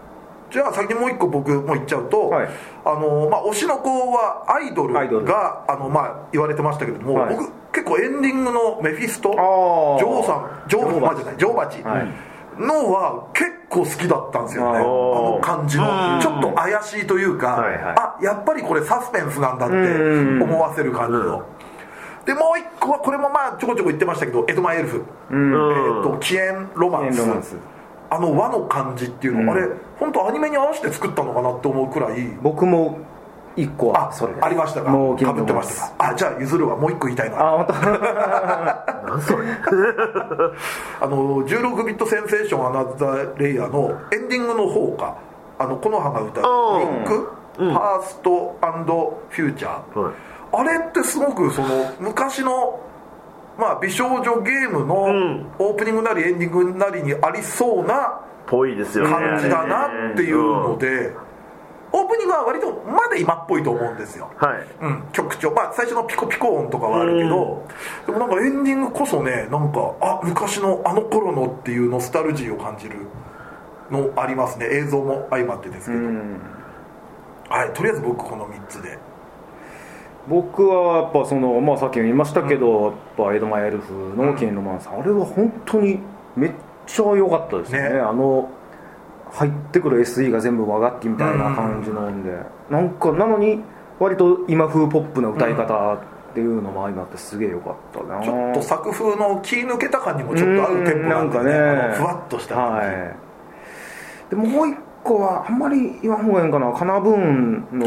Speaker 1: じゃあ先にもう一個僕も言っちゃうと、はい、あのまあ、推しの子はアイドルがあの、まあ、言われてましたけども、はい、僕結構エンディングのメフィスト、ジョーさん、ジョーバチじゃない、ジョーバチのは結構好きだったんですよね。あの感じのちょっと怪しいというか、はいはい、あ、やっぱりこれサスペンスなんだって思わせる感じの。でもう一個はこれもまあちょこちょこ言ってましたけど、エドマエルフ、えー、とキエンロマンス、あの和の感じっていうの、うん、あれ本当アニメに合わせて作ったのかなって思うくらい。
Speaker 2: 僕も一個はそれ
Speaker 1: ありましたか。もう被ってましたか。あ、じゃあ譲るはもう一個言いたいのは、
Speaker 2: あ、本当
Speaker 1: 何それあのじゅうろくビットセンセーションアナザーレイヤーのエンディングの方か、あのこの葉が歌うリンク、うん、ファースト&フューチャー、はい、あれってすごくその昔のまあ、美少女ゲームのオープニングなりエンディングなりにありそうな感じだなっていうので、オープニングは割とまだ今っぽいと思うんですよ、はい、うん、曲調、まあ、最初のピコピコ音とかはあるけど、でもなんかエンディングこそね、なんかあ、昔のあの頃のっていうノスタルジーを感じるのありますね。映像も相まってですけど、はい、とりあえず僕このみっつで。
Speaker 2: 僕はやっぱその、まあ、さっきも言いましたけど、うん、やっぱエドマエルフのキエンロマンさん、うん、あれは本当にめっちゃ良かったですね。ね、あの入ってくる エスイー が全部和楽器みたいな感じなんで、うん、なんかなのに割と今風ポップな歌い方っていうのも相まってすげえ良かったな、うん、
Speaker 1: ちょっと作風の気抜けた感にもちょっと合うテンポなんでね、うん、なんかね、ふわっとした感じ、はい、でもう一個はあんまり言わん方がいいんかな、カナブーンの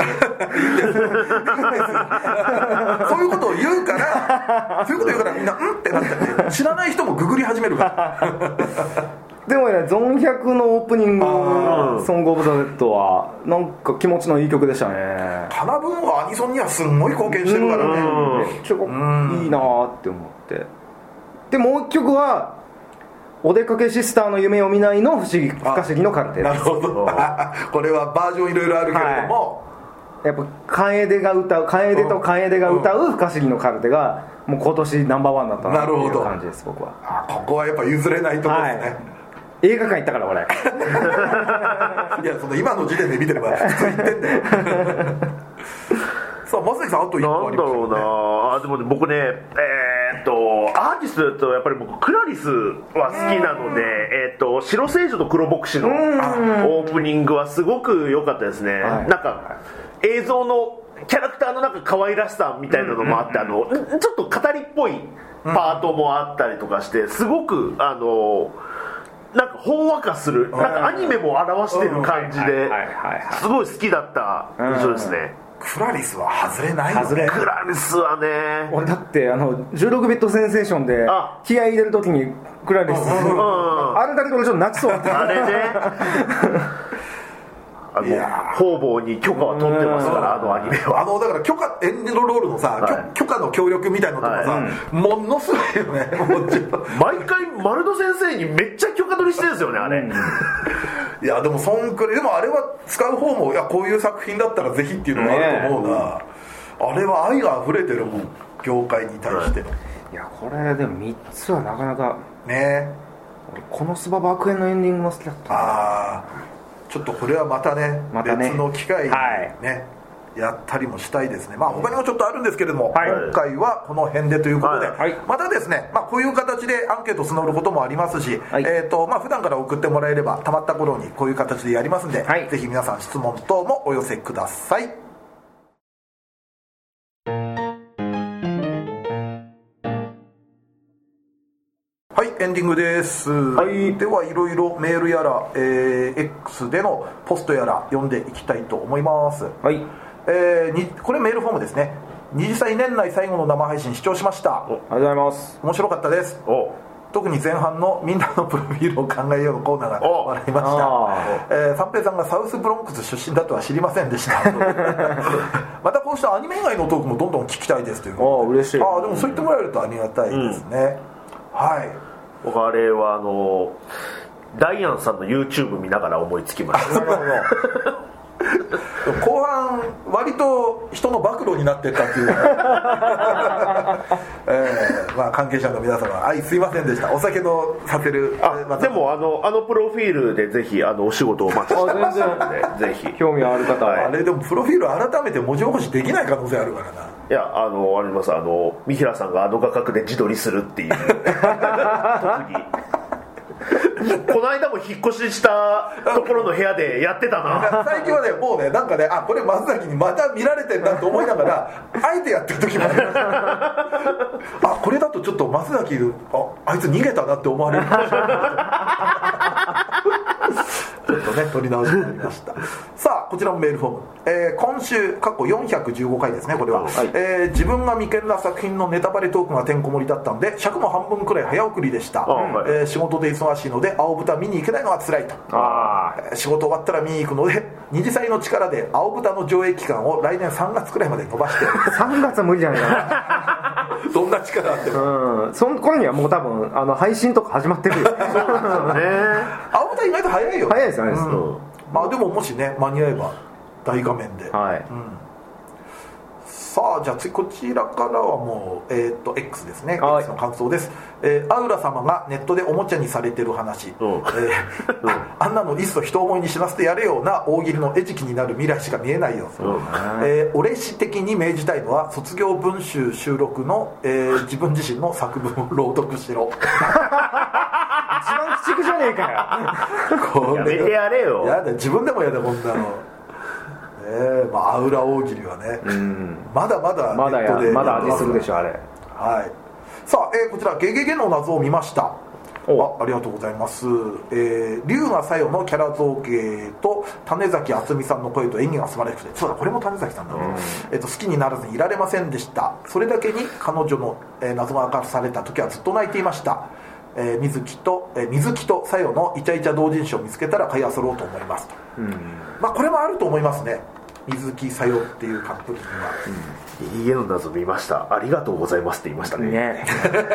Speaker 1: そういうことを言うからそういうこと言うからみんなうんってなっちゃって、知らない人もググり始めるから
Speaker 2: でもね、ゾンひゃくのオープニングソングオブザ・デッドはなんか気持ちのいい曲でしたね。
Speaker 1: カナブーンはアニソンにはすんごい貢献してるからね、
Speaker 2: めっちゃいいなって思って。でもう一曲はお出かけシスターの夢を見ないの不思議不可思議のカルテです。
Speaker 1: なるほどこれはバージョンいろいろあるけれども、
Speaker 2: はい、やっぱ楓が歌う楓と楓が歌う不可思議のカルテがもう今年ナンバーワンだったなっていう感じです。僕は
Speaker 1: あ、ここはやっぱ譲れないところですね、はい、
Speaker 2: 映画館行ったから俺
Speaker 1: いや、その今の時点で見てれば普通言ってんだよさあ、松崎さんあといっこありましたよね。なんだろうなあ、でも僕ね、えー、っとアーティストだとやっぱり僕クラリスは好きなので、えー、っと白聖女と黒牧師のオープニングはすごく良かったですね、はい、なんか映像のキャラクターのなんか可愛らしさみたいなのもあって、あのちょっと語りっぽいパートもあったりとかしてすごくあのなんかほんわかする、なんかアニメも表してる感じですごい好きだった印象ですね。クラリスは外れないよね。外れクラリスはね、
Speaker 2: 俺だってあのじゅうろくビットセンセーションで気合い入れるときにクラリス、うんうん、あれだけで俺ちょっと泣きそうだったあれね
Speaker 1: あの方々に許可は取ってますから、あのアニメはあのだから許可エンディングロールのさ、はい、許可の協力みたいなのとかさ、はい、ものすごいよね
Speaker 3: 毎回マルド先生にめっちゃ許可取りしてるんですよねあれ、うん、
Speaker 1: いやでもそんくらいでもあれは使う方もいやこういう作品だったらぜひっていうのがあると思うな、ね、あれは愛が溢れてるもん業界に対しての、はい、
Speaker 2: いやこれでもみっつはなかなか
Speaker 1: ね。
Speaker 2: 俺このスバ爆炎のエンディングも好きだった。
Speaker 1: ああ、ちょっとこれはまた ね, またね別の機会に ね,、はい、やったりもしたいですね。まあ他にもちょっとあるんですけれども、はい、今回はこの辺でということで、はい、またですね、まあ、こういう形でアンケート募ることもありますし、はい、えーとまあ、普段から送ってもらえればたまった頃にこういう形でやりますんで、はい、ぜひ皆さん質問等もお寄せください。はい、エンディングです、はい、ではいろいろメールやら、えー、X でのポストやら読んでいきたいと思います、はい、えー、にこれメールフォームですね。にじゅっさい年内最後の生配信視聴しました。
Speaker 2: ありがとうございます。
Speaker 1: 面白かったです。お特に前半のみんなのプロフィールを考えようのコーナーが笑いました。えー、三平さんがサウスブロンクス出身だとは知りませんでしたまたこうしたアニメ以外のトークもどんどん聞きたいですということで。
Speaker 2: あ嬉しい。
Speaker 1: あでもそう言ってもらえるとありがたいですね、うん、はい。
Speaker 3: 僕あれはあのダイアンさんの YouTube 見ながら思いつきました。なるほど
Speaker 1: 後半割と人の暴露になってったっていう、えまあ、関係者の皆様、はい、すいませんでした。お酒のさせる
Speaker 3: あでもあのあのプロフィールでぜひあのお仕事をお待ちしてますのでぜひ
Speaker 2: 興味ある方は、はい、
Speaker 1: あれでもプロフィール改めて文字起こしできない可能性あるからな。
Speaker 3: いやあのありますあの三平さんがあの画角で自撮りするっていう特技この間も引っ越ししたところの部屋でやってたな。
Speaker 1: 最近はねもうねなんかねあこれ松崎にまた見られてんなと思いながらあえてやってる時もありますあこれだとちょっと松崎ああいつ逃げたなって思われるかもしれないちょっとね取り直しになりましたさあこちらもメールフォーム、えー、今週過去よんひゃくじゅうごかいですねこれは、はいえー、自分が未見な作品のネタバレトークがてんこ盛りだったんで尺も半分くらい早送りでした、はいえー、仕事で忙しいので青豚見に行けないのが辛いとあ、えー、仕事終わったら見に行くので二次祭の力で青豚の上映期間を来年さんがつくらいまで伸ばして
Speaker 2: さんがつは無理じゃないかな
Speaker 1: どんな力あっても、
Speaker 2: うん、その頃にはもう多分あの配信とか始まってるよそうですよね
Speaker 1: 青豚意外と早いよ
Speaker 2: 早いですよね、
Speaker 1: うんまあ、でももしね間に合えば大画面で、
Speaker 2: はいうん、
Speaker 1: さあじゃあ次こちらからはもう、えー、と X ですね、はい、X の感想です、えー、アウラ様がネットでおもちゃにされてる話、うんえーうん、あ, あんなのいっそ人思いにしなせてやれような大喜利の餌食になる未来しか見えないよ、うんえー、俺氏的に命じたいのは卒業文集収録の、えー、自分自身の作文を朗読しろ
Speaker 2: 一番鬼畜じゃねえか
Speaker 3: よやめてやれよ
Speaker 1: やだ自分でもやだこんなのえーまあ、アウラ大喜利はね、うん、まだまだ
Speaker 2: まだやまだ味するでしょあれ、
Speaker 1: はい、さあ、えー、こちらゲゲゲの謎を見ました。 あ, ありがとうございます、えー、龍がさよのキャラ造形と種崎敦美さんの声と演技が素晴らしくてそうだこれも種崎さんだね、うんえー、と好きにならずにいられませんでした。それだけに彼女の、えー、謎が明かされた時はずっと泣いていました。えー、水木と、えー、水木とさよのイチャイチャ同人誌を見つけたら買い漁ろうと思いますと、うんまあ、これもあると思いますね。水木さよっていうカップルには、
Speaker 3: うん、家の謎見ましたありがとうございますって言いましたね、ね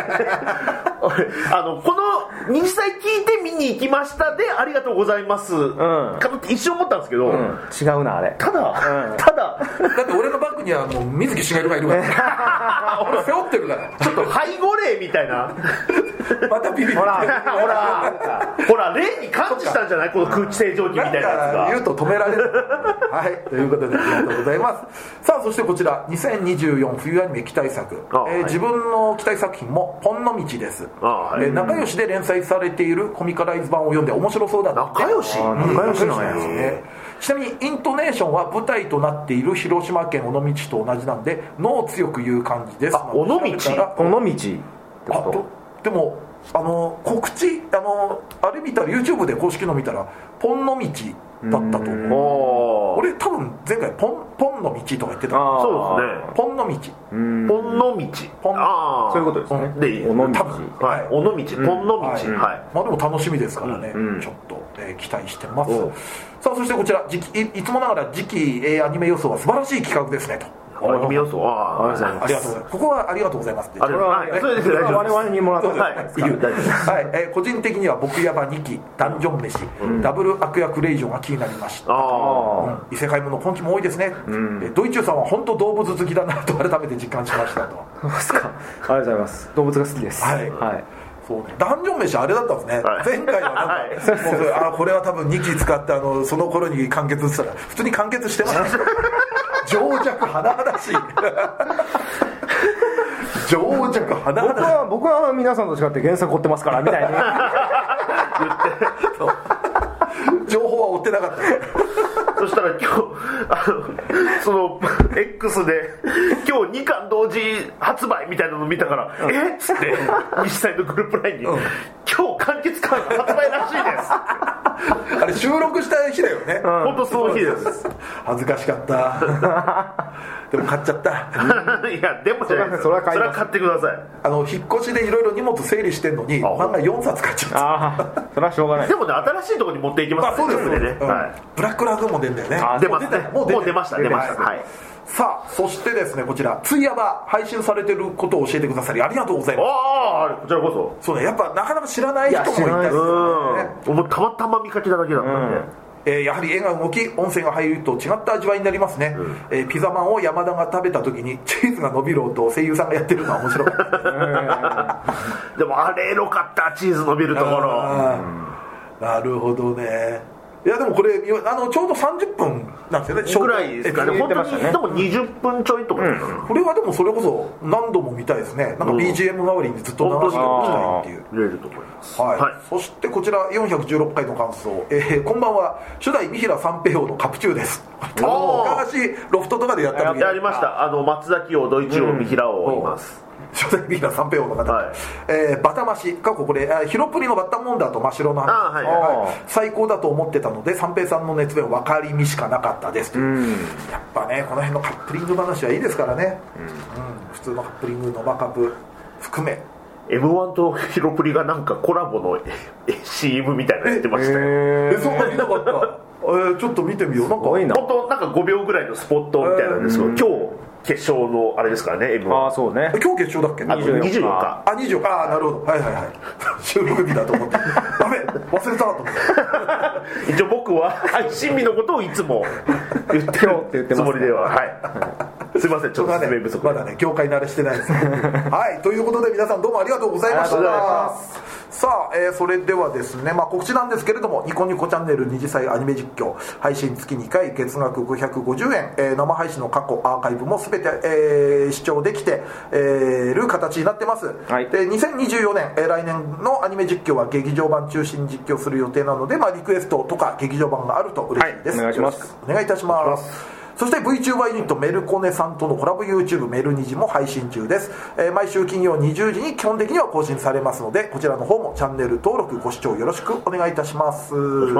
Speaker 3: あのこの二次祭聞いて見に行きましたでありがとうございます、うん、かぶって一瞬思ったんですけど、うん、
Speaker 2: 違うなあれ
Speaker 3: ただ、うん、ただ
Speaker 1: だって俺のバッグにはもう水木しげるがいるから俺背負ってるから
Speaker 3: ちょっと背後霊みたいな
Speaker 1: またビビビ
Speaker 3: ほらほらほら霊に感知したんじゃないこの空気清浄機みたいなやつが
Speaker 1: 言うと止められるはいということでありがとうございますさあそしてこちらにせんにじゅうよん冬アニメ期待作、えーはい、自分の期待作品もポンの道です、はいえー、仲良しで連載されているコミカライズ版を読んで面白そうだった
Speaker 3: 仲良し、うん、
Speaker 1: 仲良しなんですね。ちなみにイントネーションは舞台となっている広島県尾道と同じなんで脳を強く言う感じです。
Speaker 3: あ尾道尾
Speaker 2: 道
Speaker 1: あでもあの告知あのあれ見たら YouTube で公式の見たらポンの道だったと思う。俺多分前回ポンポンの道とか言ってた。
Speaker 3: そうですね。
Speaker 1: ポンの道。
Speaker 3: ポンの道。
Speaker 2: ポンあそういうことですね。
Speaker 3: で、
Speaker 2: 尾道。
Speaker 3: はい。尾道、ポンの道。はい。
Speaker 1: まあでも楽しみですからね。ちょっと、えー、期待してます。さあそしてこちら次期 い, いつもながら次期、えー、アニメ予想は素晴らしい企画ですねと。
Speaker 3: アニメ予想ああ
Speaker 1: ありがとうございます。ここはありがとうございますって。
Speaker 3: これはそれです。
Speaker 2: 我々にもらったはい
Speaker 1: はい、えー、個人的には僕やばにきダンジョン飯、うん、ダブル悪役レイジョンが気になりました。あ、うん、異世界もの今期も多いですね、うん、ドイチューさんは本当動物好きだなと改めて実感しましたと。
Speaker 2: そうですか。ありがとうございます。動物が好きです。
Speaker 1: はい、はいそうね、ダンジョン飯あれだったんですね、はい、前回はなんか、はい、もうあこれは多分にき使ってあのその頃に完結したら普通に完結してます情弱甚だしい情弱甚だしい
Speaker 2: 僕は僕は皆さんと違って原作追ってますからみたいに言
Speaker 1: って情報は追ってなかった
Speaker 3: そしたら今日あのその X で今日にかん同時発売みたいなの見たから、うん、えっつって西祭のグループラインに、うん、今日完結感発売らしいです
Speaker 1: あれ収録した日だよね、
Speaker 3: うん、本当その日です
Speaker 1: 恥ずかしかったでも買っちゃった
Speaker 3: いやでもじゃないですそれは買いますそれは買ってください。
Speaker 1: あの引っ越しでいろいろ荷物整理してんのに漫画よんさつ買っちゃった
Speaker 2: あそれはしょうがない
Speaker 3: でもね新しいところに持っていきます
Speaker 1: からね、まあ、そうですね、
Speaker 3: うんはい、
Speaker 1: ブラックラグーンも出るんだよね。
Speaker 3: 出ますねもう出ました出ました、はい、
Speaker 1: さあそしてですねこちらツイヤバ配信されてることを教えてくださりありがとうございます。
Speaker 3: ああこちらこそ
Speaker 1: そうねやっぱなかなか知らない人もいたりする、ね、
Speaker 3: うんたまたま見かけただけだったんで、
Speaker 1: えー、やはり絵が動き音声が入ると違った味わいになりますね、うん、えー、ピザマンを山田が食べた時にチーズが伸びる音を声優さんがやってるのは面白かった
Speaker 3: でもあれエロかった、チーズ伸びるところ、
Speaker 1: うん、なるほどね。いやでもこれあのちょうどさんじゅっぷんなんですよね、
Speaker 3: ぐらいですかね、本当に。でもにじゅっぷんちょいとか、うん、
Speaker 1: これはでもそれこそ何度も見たいですね。なんか ビージーエム 代わりにずっと流しておきたいっていう、
Speaker 3: 見れると思います、
Speaker 1: はいはい、そしてこちらよんひゃくじゅうろっかいの感想、えー、こんばんは、初代三平三平王のカプチューです。昔ロフトとかでやった時
Speaker 3: やりました。あの松崎王、ドイツ王、三平王います。
Speaker 1: 初代三平三平王の方、はい、えー、バタ増し過去これヒロプリのバッタモンダーと真っ白の話、はいはい、最高だと思ってたので三平さんの熱弁分かりみしかなかったですと。うん、やっぱねこの辺のカップリング話はいいですからね、うんうん、普通のカップリングのバカップ含め
Speaker 3: エムワン とヒロプリがなんかコラボの シーエム みたいなのやってましたよ。
Speaker 1: えー、そんな見なかったえー、ちょっと見てみよう。なんか
Speaker 3: 本当なんかごびょうぐらいのスポットみたいなんですけど、えー、今日決勝のあれですからね、 エムワン。
Speaker 2: ああそうね、
Speaker 1: 今日決勝だっけ。
Speaker 3: にじゅうよっか、
Speaker 1: にじゅうよっか、あにじゅうよっか、あなるほど、はいはいはい収録日だと思ってダメ忘れたと思って
Speaker 3: 一応僕は配信日のことをいつも言ってるつもりでは、はいすいません、ちょっと説明不足、
Speaker 1: まだね業界慣れしてないですはい、ということで皆さんどうもありがとうございました。さあ、えー、それではですね、まあ、告知なんですけれども、ニコニコチャンネル二次祭アニメ実況配信月にかい月額ごひゃくごじゅうえん、えー、生配信の過去アーカイブも全て、えー、視聴できて、えー、る形になってます、はい、でにせんにじゅうよねん、えー、来年のアニメ実況は劇場版中心実況する予定なので、まあ、リクエストとか劇場版があると嬉しいです、
Speaker 2: はい、お願いします。
Speaker 1: お願いいたします。そして VTuber ユニットメルコネさんとのコラボ YouTube メルニジも配信中です、えー、毎週金曜にじゅうじに基本的には更新されますので、こちらの方もチャンネル登録ご視聴よろしくお願いいたします。お願いします。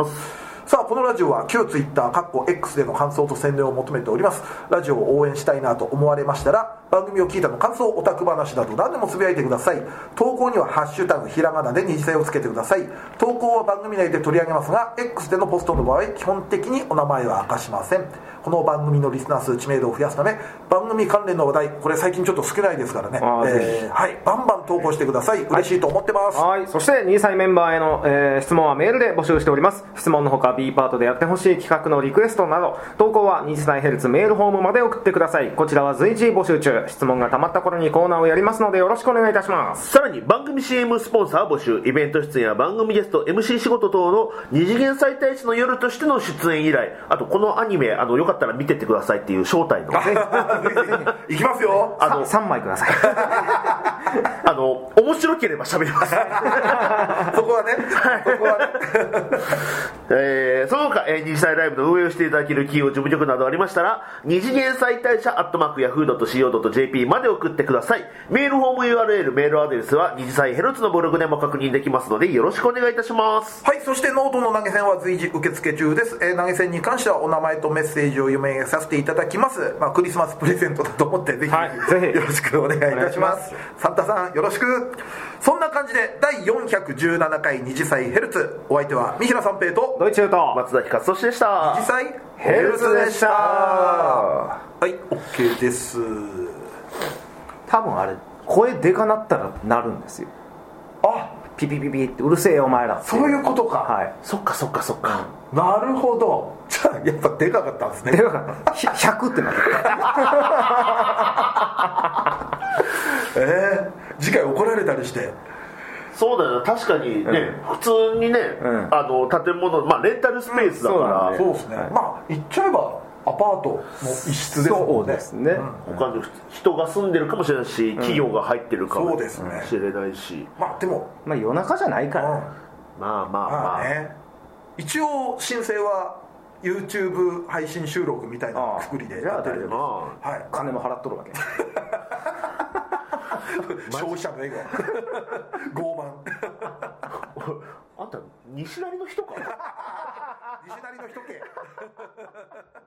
Speaker 1: さあこのラジオは旧 Twitter かっこ X での感想と宣伝を求めております。ラジオを応援したいなと思われましたら、番組を聞いたの感想、オタク話など何でもつぶやいてください。投稿にはハッシュタグひらがなで二次祭をつけてください。投稿は番組内で取り上げますが、 X でのポストの場合基本的にお名前は明かしません。この番組のリスナー数知名度を増やすため、番組関連の話題、これ最近ちょっと少ないですからね、えー、はい、バンバン投稿してください。嬉しいと思ってます。
Speaker 2: はい、そしてにじ祭メンバーへの、えー、質問はメールで募集しております。質問のほか B パートでやってほしい企画のリクエストなど、投稿はに次祭ヘルツメールフォームまで送ってください。こちらは随時募集中。質問がたまった頃にコーナーをやりますのでよろしくお願いいたします。
Speaker 3: さらに番組 シーエム スポンサー募集、イベント出演や番組ゲスト エムシー 仕事等の二次元再大使の夜としての出演以来、あとこのアニメあのよかったら見てってくださいっていう招待の
Speaker 1: いきますよ。
Speaker 2: あのさんまいください
Speaker 3: あの面白ければ喋ります
Speaker 1: そこはね、そこはね
Speaker 3: えー、その他、えー、二次祭ライブの運営をしていただける企業事務局などありましたら、二次元再大社アットマークヤフードットシーオードットジェーピー まで送ってください。メールフォーム ユーアールエル、メールアドレスは二次祭ヘルツのブログでも確認できますのでよろしくお願いいたします。
Speaker 1: はい、そしてノートの投げ銭は随時受付中です、えー、投げ銭に関してはお名前とメッセージを読み上げさせていただきます、まあ、クリスマスプレゼントだと思ってぜひ、はい、ぜひよろしくお願いいたします。サンタさんよろしく。そんな感じでだいよんひゃくじゅうななかい二次祭ヘルツ、お相手は三平三平と
Speaker 2: ドイチューと
Speaker 3: 松崎勝利でした。
Speaker 1: 二次祭ヘルツでした。はい、 OK です。
Speaker 2: 多分あれ声でかなったらなるんですよ。
Speaker 1: あ、
Speaker 2: ピピピピってうるせえよお前ら。
Speaker 1: そういうことか。
Speaker 2: はい、
Speaker 3: そっかそっかそっか、
Speaker 1: うん、なるほど。じゃあやっぱでかかったんですね。
Speaker 2: でかかったひゃくってなって
Speaker 1: えー、次回怒られたりして。
Speaker 3: そうだよ、確かにね、うん、普通にね、うん、あの建物、まあ、レンタルスペースだから、
Speaker 1: うん、そうですね、はい、まあ言っちゃえばアパートの一室ですもんね。
Speaker 2: そうですね、
Speaker 3: うん、他に人が住んでるかもしれないし、企業が入ってるかもしれないし、うん、
Speaker 1: まあでも、
Speaker 2: まあ、夜中じゃないから、うん、
Speaker 3: まあまあまあ、まあね、
Speaker 1: 一応申請は YouTube 配信収録みたいなくくりでやってる。
Speaker 2: はい、金も払っとるわけ
Speaker 1: 消費者の笑顔傲慢
Speaker 3: あんた西成の人か西
Speaker 1: 成の人け